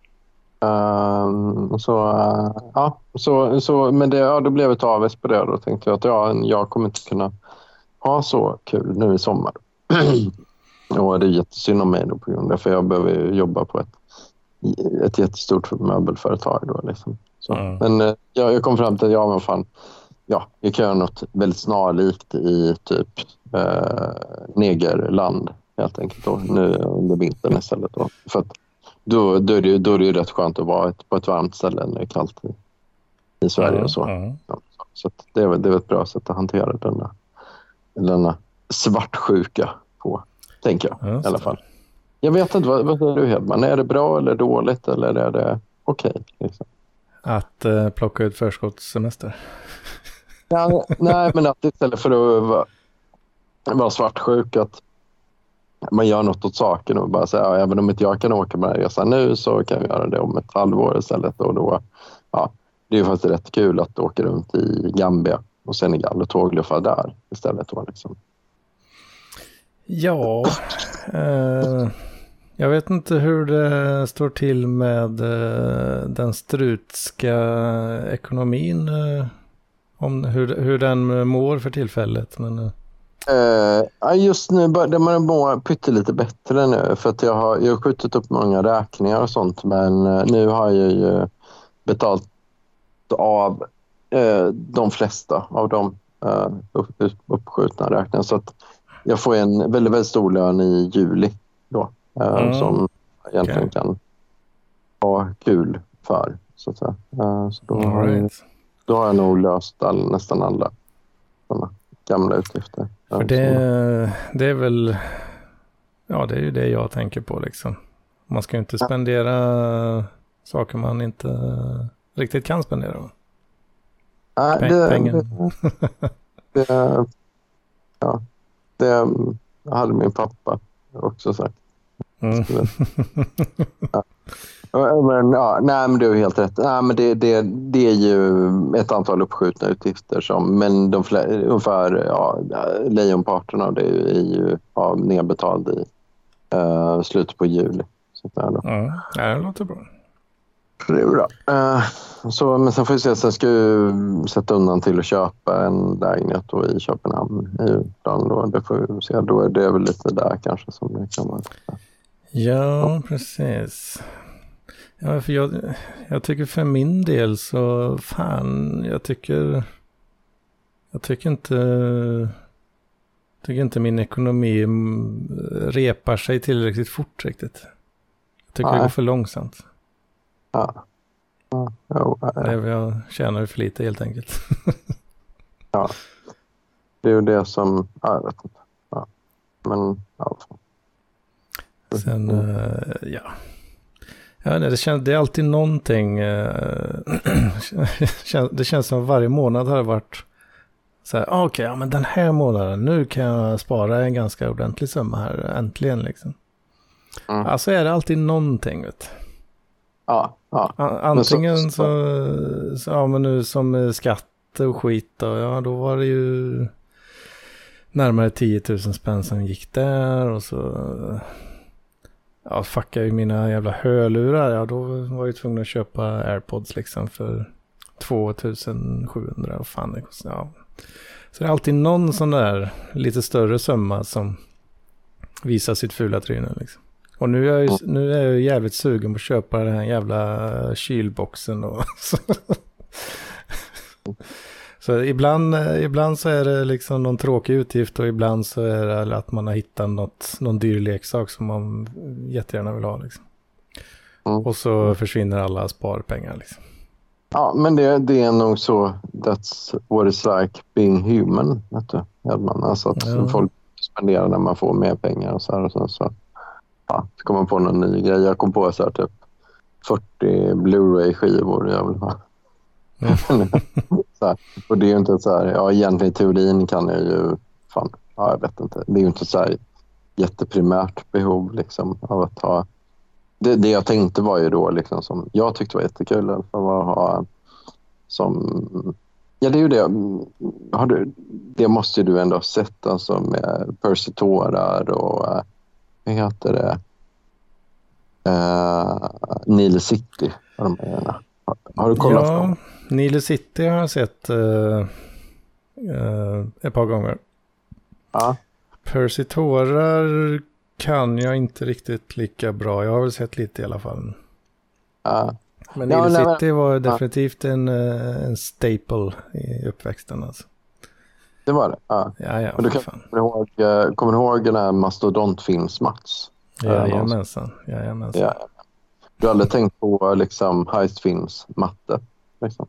Um, så, uh, ja, så, så, men det, ja, då blev ett avis på det. Då tänkte jag att ja, jag kommer inte kunna ha så kul nu i sommar. Och det är jättesynd om mig då på grund av det, för jag behöver ju jobba på ett, ett jättestort möbelföretag då liksom. Så. Mm. Men eh, jag, jag kom fram till att ja, men fan, ja, jag kan göra något väldigt snarlikt i typ eh, Negerland helt enkelt då, nu under vintern istället då. För att då, då, är det, då är det ju rätt skönt att vara ett, på ett varmt ställe när det är kallt i, i Sverige mm. och så. Mm. Ja, så så att det, är, det är ett bra sätt att hantera denna, denna svartsjuka på, tänker jag mm. i alla fall. Jag vet inte, vad, vad säger du Hedman? Är det bra eller dåligt eller är det okej? Okay, liksom? Att uh, plocka ut förskottssemester. Ja, nej, men att istället för att vara, vara svartsjuk att man gör något åt saken och bara säga ja, även om inte jag kan åka med resan nu så kan vi göra det om ett halvår istället. Och då, ja, det är ju faktiskt rätt kul att åka runt i Gambia och Senegal och tågluffa där istället. Då, liksom. Ja, eh, jag vet inte hur det står till med eh, den strutska ekonomin, eh, om hur, hur den mår för tillfället. Men, eh. Uh, just nu börjar man må pyttelite bättre nu för att jag har, jag har skjutit upp många räkningar och sånt, men uh, nu har jag ju betalt av uh, de flesta av de uh, upp, uppskjutna räkningar, så att jag får en väldigt, väldigt stor lön i juli då, uh, mm. som jag egentligen okay. kan ha kul för, så att säga. Uh, så då, har jag, då har jag nog löst all, nästan alla sådana gamla utgifter. För det, det är väl, ja det är ju det jag tänker på liksom. Man ska ju inte spendera saker man inte riktigt kan spendera. Nej, Peng, det, pengen. Det, det, ja, det hade min pappa också sagt. Mm. Ja. Men, ja, nej, men du har helt rätt. Nej, men det, det, det är ju ett antal uppskjutna utgifter som, men de flä, ungefär ja, lejonparten av det är ju ja, nedbetald i uh, slutet på juli. Så där då. Ja, det låter bra. Det är bra. Uh, så, men sen får vi se, sen ska jag sätta undan till att köpa en lägenhet då i Köpenhamn i plan då. Det får vi se. Då är det väl lite där kanske som det kan vara. Ja, precis. Ja, för jag, jag tycker för min del så fan, jag tycker jag tycker inte tycker inte min ekonomi repar sig tillräckligt fort riktigt. Jag tycker Nej. det går för långsamt. Ja. Ja, ja, ja. Det är, jag tjänar för lite helt enkelt. Ja. Det är ju det som, ja, jag vet inte. Ja. Men alltså. Sen, uh, ja. Ja, det, känns, det är alltid någonting. Uh, det känns som varje månad har det varit så här, okej, okay, ja, men den här månaden, nu kan jag spara en ganska ordentlig summa här, äntligen liksom. Mm. Alltså är det alltid någonting, vet du. Ja, ja. Antingen så, så, så, ja men nu som skatt och skit då, ja då var det ju närmare tio tusen spänn som gick där och så ja, fuckade ju mina jävla hörlurar, ja då var jag tvungen att köpa AirPods liksom för två tusen sjuhundra och fan det kostar, ja. Så det är alltid någon sån där lite större summa som visar sitt fula tryne liksom. Och nu är jag ju, nu är jag jävligt sugen på att köpa den här jävla kylboxen och så. Så ibland, ibland så är det liksom någon tråkig utgift och ibland så är det att man har hittat något, någon dyr leksak som man jättegärna vill ha liksom. Mm. Och så försvinner alla sparpengar liksom. Ja, men det, det är nog så, that's what it's like being human, vet du. Alltså att ja. Folk spenderar när man får mer pengar och så här och sen så. Ja, så kommer man på någon ny grej. Jag kom på så här typ fyrtio Blu-ray-skivor jag vill ha. Mm. Så här. Och det är ju inte så här, ja egentligen i teorin kan jag ju, fan, ja jag vet inte. Det är ju inte så här jätteprimärt behov liksom av att ha. Det, det jag tänkte var ju då liksom som jag tyckte var jättekul för att ha som, ja det är ju det, har du, det måste ju du ändå ha sett alltså med Percy Tårar och vad heter det? Uh, Nile City. Har, har, har du kollat ja, på dem? Nile City har jag sett uh, uh, ett par gånger. Ja. Percy Tårar kan jag inte riktigt lika bra. Jag har väl sett lite i alla fall. Ja. Men Nile ja, City var definitivt ja. en, en staple i uppväxten alltså. Det var det, ja. Ja, ja, och du kan, kommer, ihåg, kommer du ihåg den här mastodontfilms-Mats? Jajamensan, jajamensan. Ja. Du har aldrig tänkt på liksom heistfilms-matte? Liksom.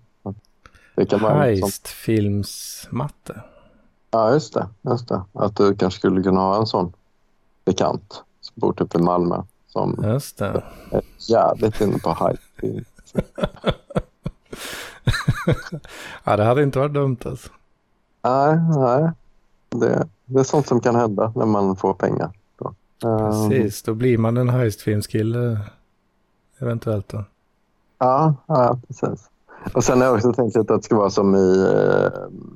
Heistfilms-matte? Ja, just det, just det. Att du kanske skulle kunna ha en sån bekant som bor typ i Malmö. Som just det. är jävligt inne på heistfilm. Ja, det hade inte varit dumt alltså. Nej, nej. Det, det är sånt som kan hända när man får pengar. Då. Precis, då blir man en heistfilmskille eventuellt då. Ja, ja, precis. Och sen har jag också tänkt att det ska vara som i... Uh,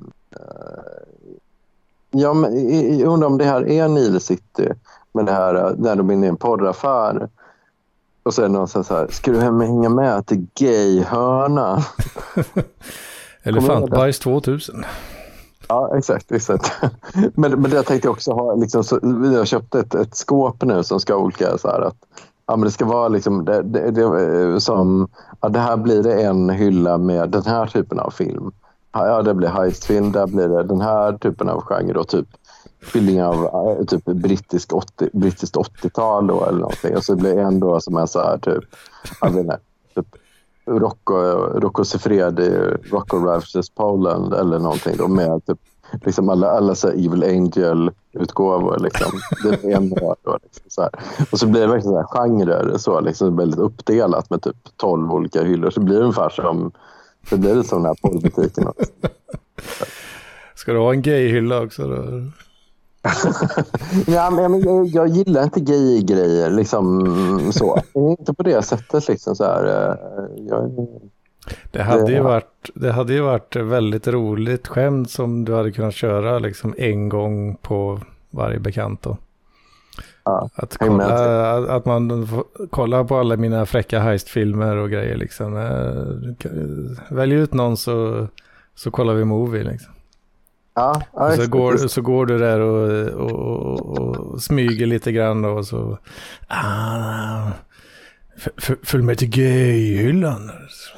ja, men jag undrar om det här är Nile City. Men det här, när de är inne i en porraffär. Och så är det någon som säger, ska du hem hänga med till gayhörna? Elefantbajs tvåtusen. Ja, exakt, exakt. Men, men det jag tänkte också ha, liksom, så, vi har köpt ett, ett skåp nu som ska ha olika så här att, ja men det ska vara liksom, det, det, det, som, ja det här blir det en hylla med den här typen av film. Ja, det blir heistfilm, där blir det den här typen av genre då, typ skildringar av typ brittisk åttio, brittiskt åttiotal då eller någonting. Och så blir det en då som är så här typ, jag vet inte, typ Rocco, Rocco Siffredi, Rocco Ralphs Poland eller någonting då med typ liksom alla, alla så Evil Angel-utgåvor liksom. Det är en då, liksom, så här. Och så blir det verkligen så här genrer så liksom väldigt uppdelat med typ tolv olika hyllor. Så blir det ungefär som det blir det som den här porrbutiken också. Ska du ha en gay-hylla också då? Ja, men jag, jag gillar inte gay-grejer liksom så. Inte på det sättet liksom så här. Jag, det, hade det, ju varit, det hade ju varit väldigt roligt skämt som du hade kunnat köra liksom en gång på varje bekant då. Ja, att, kolla, att, att man kollar på alla mina fräcka heistfilmer och grejer liksom. Välj ut någon så, så kollar vi movie liksom. Ja, ja, så, går, så går du där och, och, och, och smyger lite grann och så ah, f- följ med till gay-hyllan.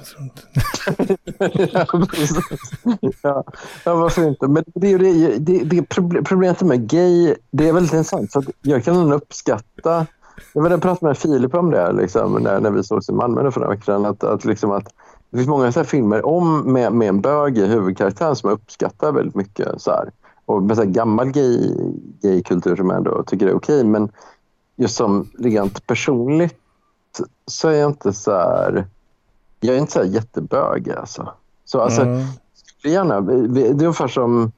ja, ja, varför inte? Men det är det, det, det problemet med gay, det är väldigt intressant. För jag kan uppskatta, jag vill prata med Filip om det liksom, när, när vi såg i Malmö för några veckor sedan, att, att, liksom att det finns många så här filmer om med, med en bög i huvudkaraktären som jag uppskattar väldigt mycket. Så här. Och med så här gammal gay, gay-kultur som jag ändå tycker är okej. Men just som rent personligt så är jag inte så här... Jag är inte så här jättebög alltså. Så alltså, Mm. skulle gärna... Det är ungefär som...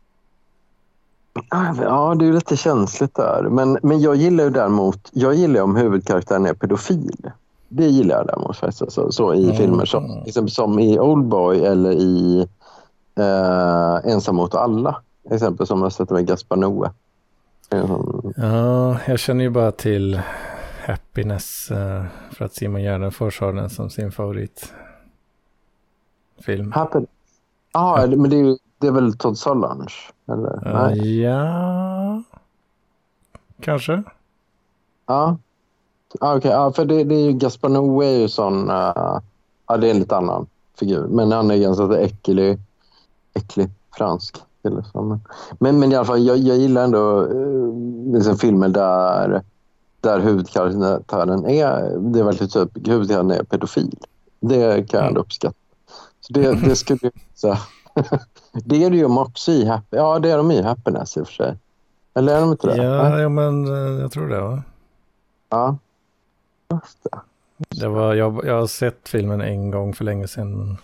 Ja, det är ju lite känsligt där. Men, men jag gillar ju däremot... Jag gillar om huvudkaraktären är pedofil. Det gillar jag däremot faktiskt. Alltså, så i mm. filmer som, liksom, som i Oldboy eller i eh, Ensam mot alla. Exempel som jag sett med Gaspar Noé. Mm. Ja, jag känner ju bara till Happiness eh, för att Simon Gärdenfors har den som sin favoritfilm. Happiness? Ja, ah, men det är, ju, det är väl Todd Solondz? Eller? Uh, Nej. Ja, kanske. Ja. Ah, okay. ah, för det, det är ju Gaspar Noé är ju sån... Uh, ja, det är en lite annan figur. Men han är ganska äcklig, äcklig fransk. Eller men, men i alla fall, jag, jag gillar ändå uh, liksom filmer där, där huvudkaraktären är... Det är väldigt typ, huvudkaraktären är pedofil. Det kan jag ändå uppskatta. Så det, det skulle jag säga. Det är det ju också i Happy. Ja, det är de i Happiness i och för sig. Eller är de inte det? Ja, ja men jag tror det, va? Ja. Det. Det var, jag, jag har sett filmen en gång för länge sedan.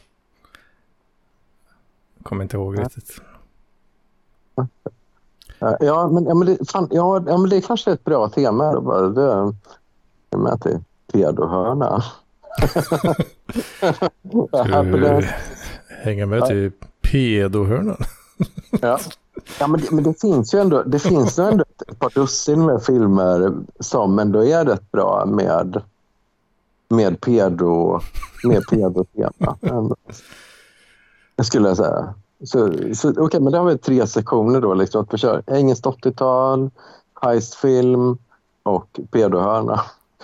Kommer inte ihåg riktigt. Ja, men, ja, men, det, fan, ja, ja, men det är kanske ett bra tema. Då, bara. Det är med till pedohörna. Ska du hänga med till pedohörnan? Ja. Ja, men det, men det finns ju ändå, det finns ju ändå ett par dussin med filmer som ändå är rätt bra med med pedo med pedo-tema. Jag skulle säga. Så, så okej, okay, men då har vi tre sektioner då liksom att vi kör engelskt åttiotal, heistfilm och pedohörna.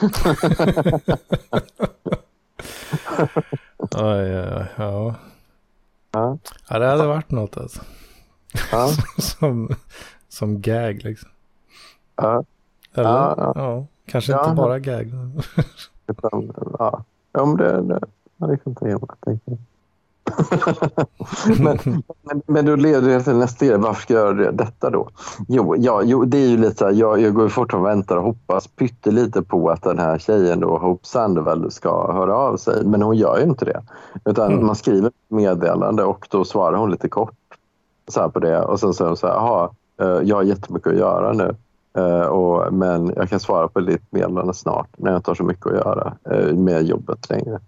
ja, ja, ja. Ja. Ja, det hade varit något alltså. Ja. som, som gag liksom. Ja. Eller? Ja, ja. ja kanske ja. inte bara gag. Utan, ja. Ja, men det, det jag liksom inte hemma, tänker jag. men, men, men då leder det till nästa del. Varför ska jag göra detta då? Jo, ja, jo det är ju lite så här, jag, jag går fortfarande och väntar och hoppas pyttelite på att den här tjejen då, Hope Sandoval, ska höra av sig. Men hon gör ju inte det. Utan mm. man skriver ett meddelande och då svarar hon lite kort så här på det. Och sen säger hon så här, jaha, jag har jättemycket att göra nu. Uh, och, men jag kan svara på ditt meddelande snart när jag inte har så mycket att göra uh, med jobbet längre.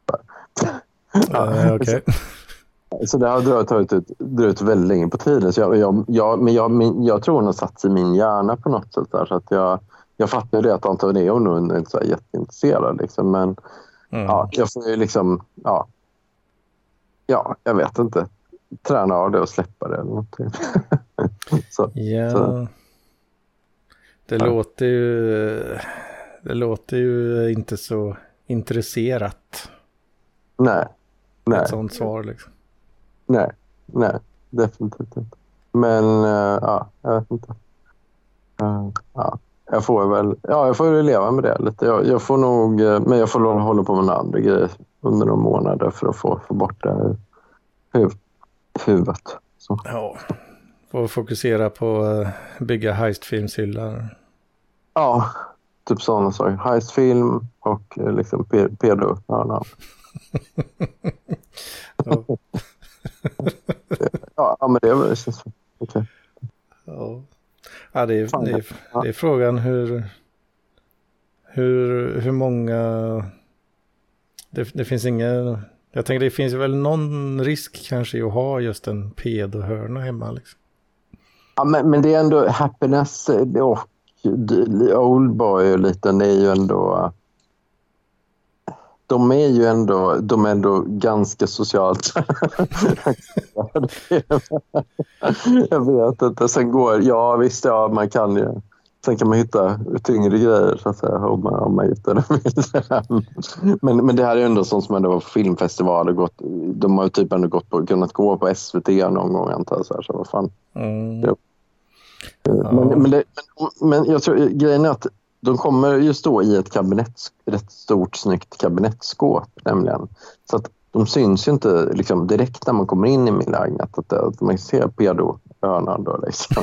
Uh, okay. så, så det har dragit ut, dragit väldigt länge på tiden. Så jag, jag, jag, men jag, min, jag tror hon har satt i min hjärna på något sätt där, så att jag, jag fattar det att antagligen är hon nog inte så här jätteintresserad liksom, men mm. ja, jag får ju liksom ja, ja, jag vet inte, träna av det och släppa det eller någonting. så, ja. så. Det ja. låter ju det låter ju inte så intresserat. Nej. nej. Ett sånt svar liksom. Nej, nej, definitivt inte. Men uh, ja, jag vet inte. Uh, ja, jag får väl, ja, jag får väl leva med det lite. Jag, jag får nog, men jag får hålla på med en andra grej under några månader för att få, få bort det ur huv, huvudet. Så. Ja, får fokusera på uh, bygga heistfilmshyllan. Ja, typ sådana saker. Heistfilm och uh, liksom pe- pedo. Ja, no. ja. ja, men det är väl okej. Ja. Ja, det är, det är, det är frågan hur, hur, hur många... Det, det finns ingen... Jag tänker det finns väl någon risk kanske i att ha just en pedohörna hemma liksom. Ja, men, men det är ändå Happiness och Oldboy och lite, det är ju ändå... De är ju ändå, de är ändå ganska socialt. Jag vet inte. Sen går, ja visst, ja man kan ju. Sen kan man hitta tyngre grejer så att säga, om man, om man hittar det. men, men det här är ändå sånt som ändå var på filmfestival och gått, de har ju typ ändå gått på, kunnat gå på S V T någon gång antar jag, så här, så vad fan. Mm. Ja. Men, men, det, men, men jag tror grejen är att de kommer ju stå i ett kabinett, ett stort snyggt kabinettskåp nämligen. Så att de syns ju inte liksom, direkt när man kommer in i min lägenhet. Att, att man ser pedo-hörnan då liksom.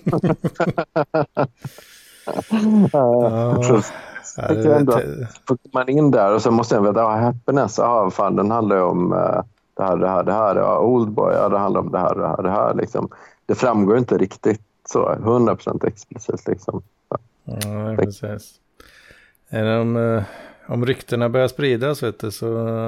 uh, så, så ja, det, ändå, får man in där och så måste jag veta, ah, Happiness, ah, fan, den handlar ju om uh, det här, det här, det här. Ja, Oldboy, ja, det handlar om det här, det här, det här liksom. Det framgår inte riktigt så, hundra procent explicit liksom. Ja, precis. Om, om ryktena börjar spridas vet du, så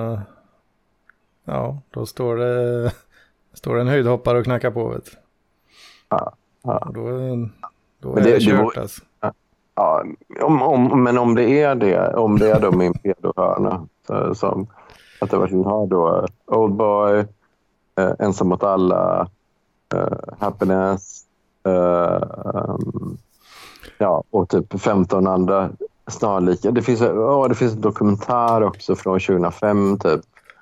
ja, då står det står det en höjdhoppare och knackar på vet du. Ja, ja. Då, då är det, det kört alltså. Ja, om, om, men om det är det, om det är då min pedohörna så, som att det verkligen har då Oldboy, eh, Ensam mot alla, eh, Happiness, eh, um, ja, och typ femton andra snarlika. Det finns, oh, det finns en dokumentär också från tjugohundrafem typ.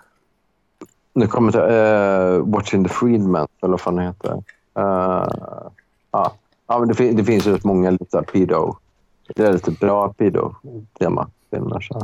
Nu kommer det uh, Watching the Freedman eller vad fan det heter. Uh, ja. ja, men det, fin- det finns ju många lite pedo. Det är lite bra pedo-tema. Så.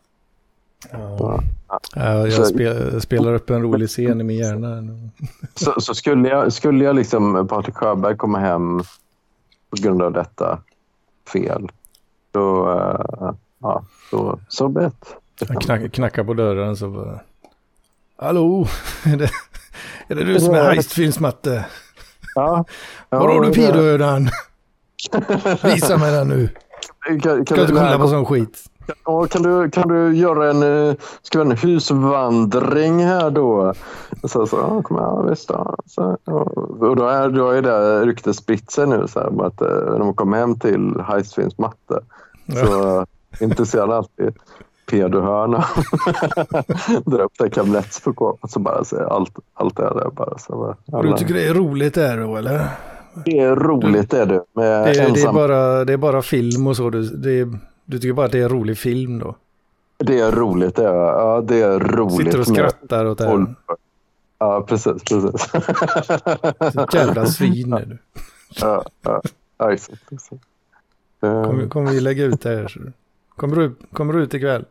Ja. Ja, jag spel, spelar upp en rolig scen i min hjärna. så, så skulle jag, skulle jag liksom Patrik Sjöberg komma hem på grund av detta fel. Då, uh, ja, då, så bet. Han knack, knackar på dörren så bara, hallå, är det, är det du som är heistfilmsmatte? Ja. ja. Var har du pedohörnan? Visa mig den nu. Kan, kan, kan du inte kolla på sån skit? Ja, kan du, kan du göra en, ska en husvandring här då? Så, så ja, kom ja, visst då. Så, och då är, då är det ryktet spritt sig nu så här, att när de kommer hem till heistfilmsmatte ja. Så intresserar alltid pedohörna. Drar upp det kabinettsförkåpet så bara säger allt, allt är det bara. Så bara du tycker det är roligt är då eller? Det är roligt du, är det. Med det, ensam... det, är bara, det är bara film och så. Det, det är, du tycker bara att det är rolig film då? Det är roligt, det är, ja, det är roligt. Sitter och skrattar åt det här. Ja, precis, precis. Så jävla svin är du. Ja, ja, ja exakt. Kommer, kommer vi lägga ut det här? Så. Kommer, du, kommer du ut ikväll?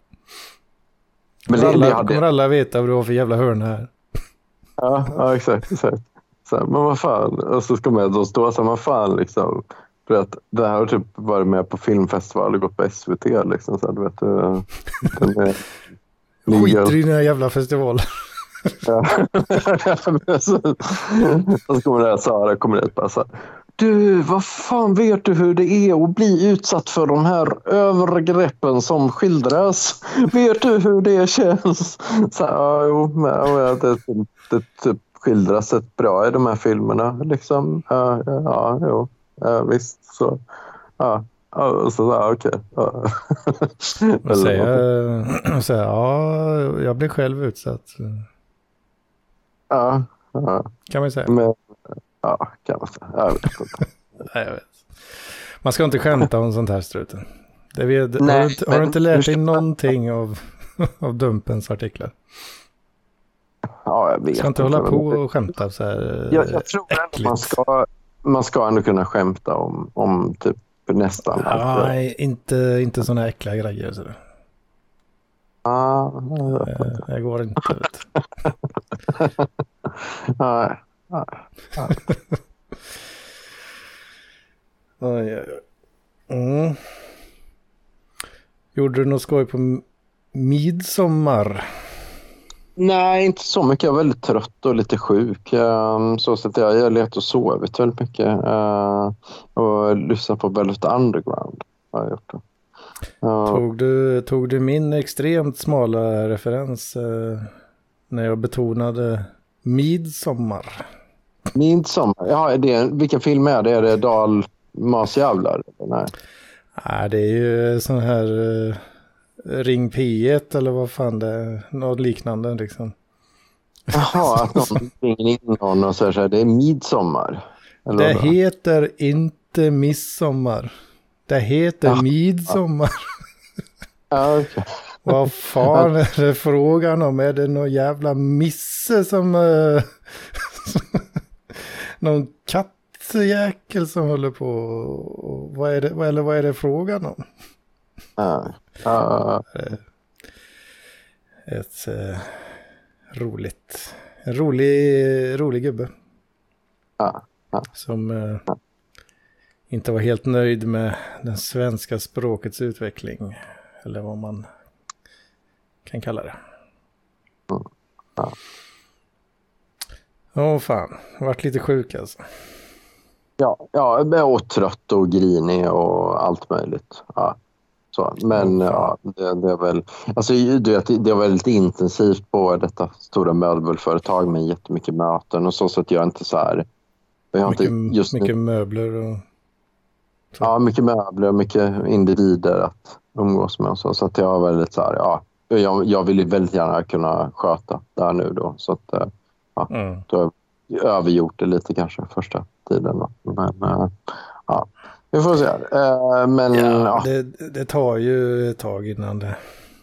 Men kommer, det, alla, det hade... kommer alla veta vad du har för jävla hörna här? Ja, ja exakt. exakt. Så, men vad fan, och så ska man då stå så vad fan liksom. För att det här har typ varit med på filmfestival och gått på S V T liksom, så du vet. Den är, skiter i den här jävla festivalen. Ja. Och så kommer det här Sara, kommer det bara så här, du, vad fan vet du hur det är att bli utsatt för de här övergreppen som skildras? Vet du hur det känns? Så här, ja, jo, men, det, det, det typ skildras ett bra i de här filmerna liksom. Ja, ja, jo. Ja, visst så. Ja, ja så ja, okej. Ja. Och säga, säga, ja, jag blir själv utsatt. Ja, ja. Kan man säga. Men, ja, kan man säga. Jag vet inte. Nej, jag vet. Man ska inte skämta om sånt här, struten. Det vet, Nej, har, du, men, har du inte lärt dig någonting av, av Dumpens artiklar? Ja, jag vet. Ska inte hålla på och skämta så här jag, jag tror att man ska, man ska ändå kunna skämta om, om typ nästan ja, allt. Nej, inte, inte såna äckliga grejer. Så. Ah, jag, jag, jag går inte ut. Nej, nej, nej. Mm. Gjorde du något skoj på midsommar? Nej, inte så mycket. Jag är väldigt trött och lite sjuk. Um, så att jag har letat och sovit väldigt mycket. Uh, och lyssnat på Velvet Underground. Har jag gjort det. Uh, Tog du, tog du min extremt smala referens uh, när jag betonade Midsommar? Midsommar? Ja, är det, vilken film är det? Är det Dal Masjävlar? Nej. Nej, det är ju sån här uh, Ring P ett eller vad fan det är. Något liknande liksom. Jaha, att någon ringer in någon och säger så här, det är midsommar. Eller det vad? heter inte midsommar. Det heter ja. midsommar. Ja, okay. Vad fan är det frågan om? Är det någon jävla misse som... Uh, någon kattjäkel som håller på? Och vad är det, eller vad är det frågan om? Ja. Ja. Ett uh, roligt... En rolig, rolig gubbe. Ja. Ja. Som uh, ja. inte var helt nöjd med den svenska språkets utveckling. Eller vad man kan kalla det. Mm. Ja. Åh oh, fan, jag har varit lite sjuk alltså. Ja, ja, och trött och grinig och allt möjligt. Ja. Så, men oh, ja, det, det är väl... Alltså, du vet, det är väldigt intensivt på detta stora möbelföretag med jättemycket möten och så, så att jag inte så här... Jag mycket inte just mycket nu, möbler och... Så. Ja, mycket möbler och mycket individer att umgås med och så. Så att jag var väldigt så här, ja... Jag, jag vill ju väldigt gärna kunna sköta där nu då. Så att, ja, mm. då har jag övergjort det lite kanske första tiden då. Men, ja, vi får se. Men, ja, ja. Det, det tar ju ett tag innan det...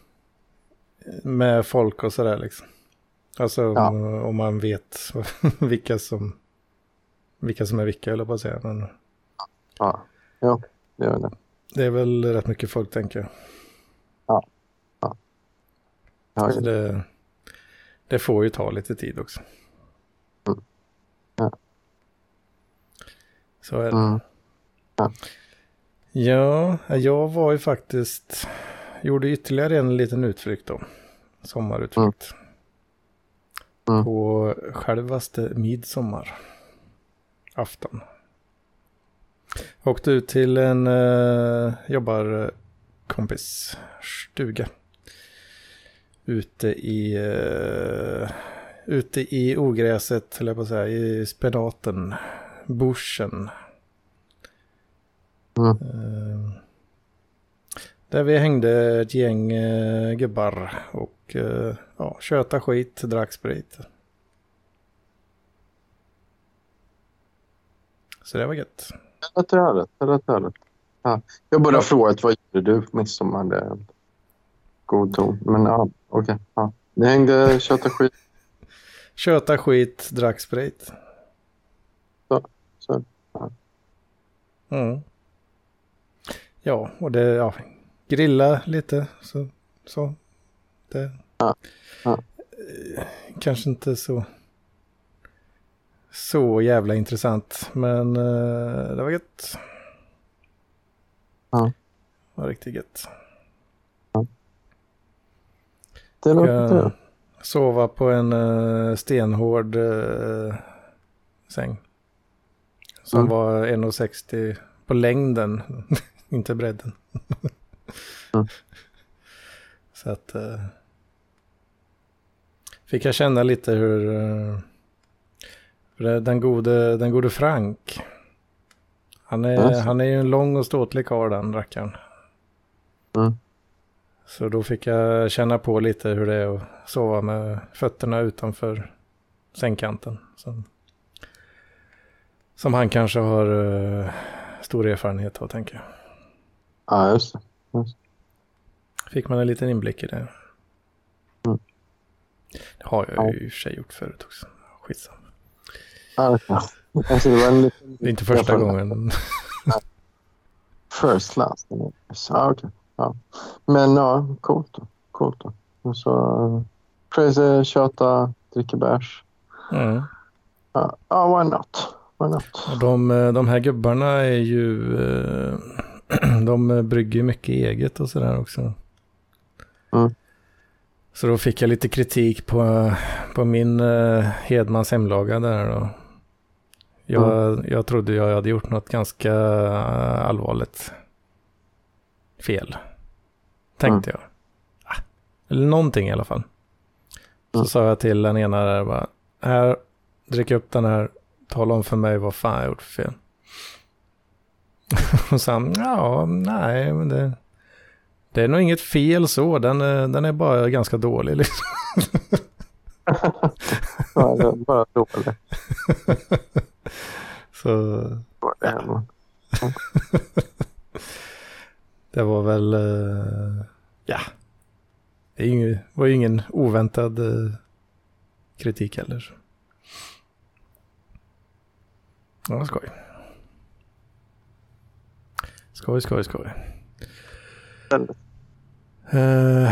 Med folk och sådär liksom. Alltså ja. om, om man vet vilka som... Vilka som är vilka, eller bara säga. Men... Ja, ja, det är det. Det är väl rätt mycket folk, tänker jag. Ja. Ja. Ja, så det, det får ju ta lite tid också. Mm. Ja. Så är det. Mm. Ja. ja, jag var ju faktiskt... Gjorde ytterligare en liten utflykt då. Sommarutflykt. Mm. Mm. På självaste midsommar. Afton. Åkte ut till en uh, jobbarkompis stuga. Ute i uh, ute i ogräset, eller på att säga, i spenaten, bushen. Mm. Uh, där vi hängde ett gäng uh, gubbar och uh, ja, köta skit, drack sprit. Så det var gött. Det är härligt, det är härligt. Ja. Jag borde ha frågat, vad gjorde du på midsommar? Det är god ton. Men ja, okej. Okay. Ja. Ni hängde köta skit. Köta skit, drack sprit. Så, så. Ja. Mm. Ja, och det, ja, grilla lite. Så, så. Det. Ja. Ja. Kanske inte så... Så jävla intressant. Men uh, det var gött. Ja. Det var riktigt gött. Ja. Det låter uh, sova på en uh, stenhård uh, säng. Som mm. var en komma sextio på längden. Inte bredden. mm. Så att... Uh, fick jag känna lite hur... Uh, Den gode, den gode Frank. Han är, mm. han är ju en lång och ståtlig karl, den rackaren. Mm. Så då fick jag känna på lite hur det är att sova med fötterna utanför sängkanten. Som, som han kanske har uh, stor erfarenhet av, tänker jag. Ja, just det. Just. Fick man en liten inblick i det. Mm. Det har jag ju i och för sig gjort förut också. Skitsamma. Alltså, det, var en liten... det är inte första gången. First class. Ja, okay. Ja. Men ja, coolt då. Coolt då. Och så crazy, köta, dricka bärs. Mm. Ja, ja, why not? Why not? De, de här gubbarna är ju... De brygger mycket eget och sådär också. Mm. Så då fick jag lite kritik på, på min eh, Hedmans hemlaga där då. Jag, mm. jag trodde jag hade gjort något ganska allvarligt fel. Tänkte mm. jag. Ah, eller någonting i alla fall. Så mm. sa jag till den ena där bara, här, drick upp den här, tala om för mig vad fan jag gjort för fel. Och sa han, ja, nej, men det, det är nog inget fel så, den är, den är bara ganska dålig liksom. Ja, den är bara dålig. Så det var väl uh, ja, det är ingen, var ju ingen oväntad uh, kritik heller. Ja, skoj. Skoj, skoj, skoj. Uh,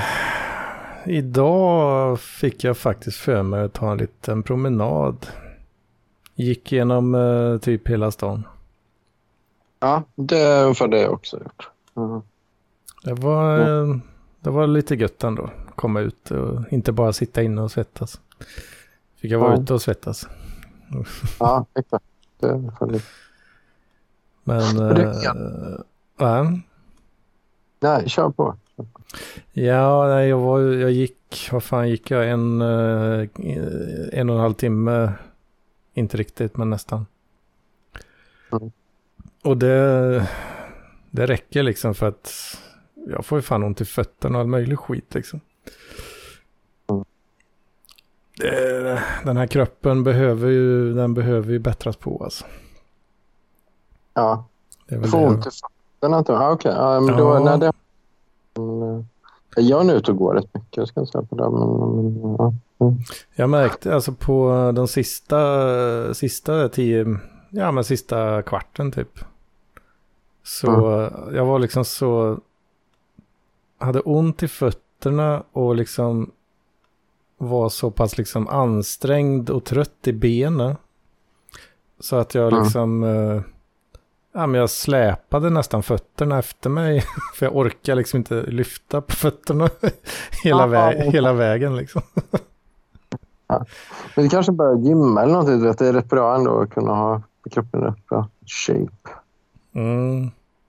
idag fick jag faktiskt för mig att ta en liten promenad. Gick igenom uh, typ hela stan. Ja, det var det jag också gjort. Mm. Det var, uh, det var lite gött ändå. Komma ut och inte bara sitta inne och svettas. Fick jag vara ja. ute och svettas. Ja, exakt. Det är lite. Men... Uh, uh, nej, kör på. Ja, jag, var, jag gick... Vad fan gick jag? En, uh, en och en halv timme... Inte riktigt, men nästan. Mm. Och det, det räcker liksom för att jag får ju fan ont i fötterna och all möjlig skit liksom. Mm. Det, den här kroppen behöver ju, den behöver ju bättras på alltså. Ja, det är väl får ont i fötterna inte? Ah, okej, okay. um, då, ja. när det, um, jag är nu ute och går rätt mycket, jag ska säga på det. Men, men, ja. Mm. Jag märkte alltså på de sista sista tio, ja men sista kvarten typ. Så mm. jag var liksom så hade ont i fötterna och liksom var så pass liksom ansträngd och trött i benen. Så att jag liksom mm. eh, ja men jag släpade nästan fötterna efter mig för jag orkar liksom inte lyfta på fötterna hela, vä- hela vägen liksom. Ja. Men det kanske börjar gymma eller någonting. Att det är rätt bra ändå att kunna ha kroppen rätt bra shape. Mm.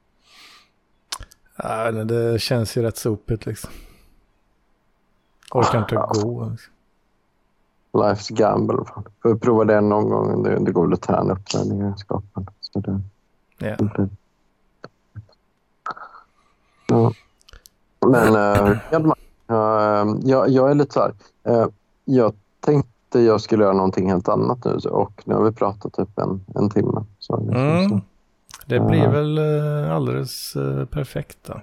Ja, det känns ju rätt sopigt liksom. Orkar inte ja. gå. Liksom. Life's gamble. Får jag prova det någon gång. Det, det går väl att träna upp den egenskapen. Så det, yeah. det. Ja. Men äh, jag, jag, jag är lite så här. Äh, jag tänkte jag skulle göra någonting helt annat nu och nu har vi pratat typ en, en timme. Så liksom mm. så. Det blir uh, väl uh, alldeles uh, perfekt då.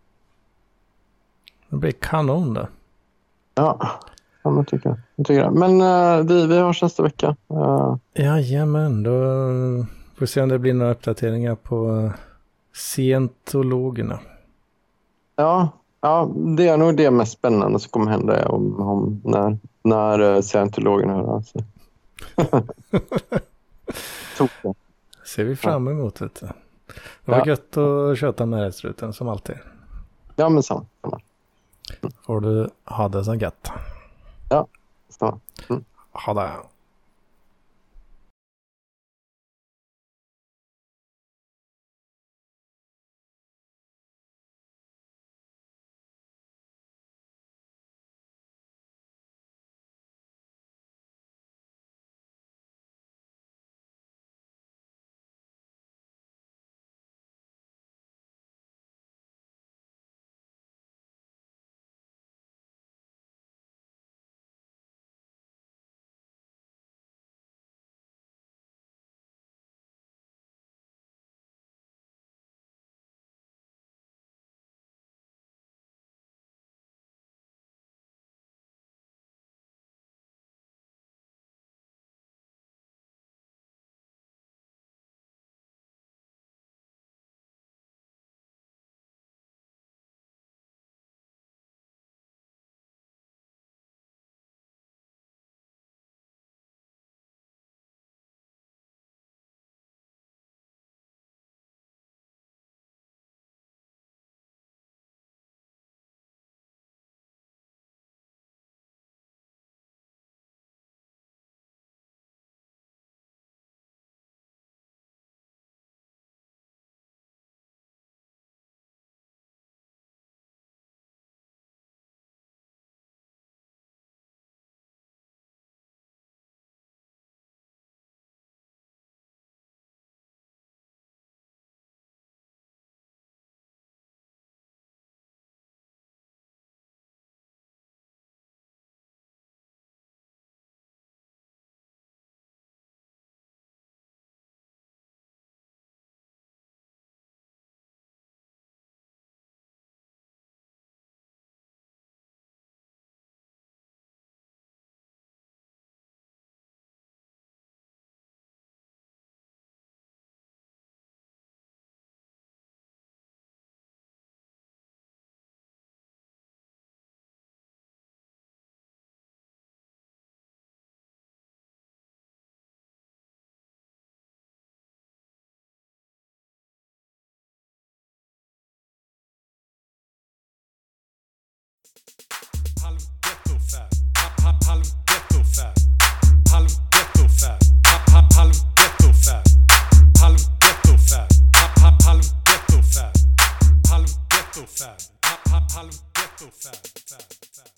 Det blir kanon då. Ja, ja men tycker jag. jag tycker jag. Men uh, vi, vi hörs nästa vecka. Uh. Jajamän, då får vi se om det blir några uppdateringar på uh, scientologerna. Ja, ja, det är nog det mest spännande som kommer hända om, om när, när uh, scientologerna hör av sig. Ser vi fram emot det. Det var ja. gött att köta med rättsruten som alltid. Ja, men så. Får du ha det så gött. Ja, så. Mm. Ha det. Halv ghetto fab, halv ghetto fab, fab, fab.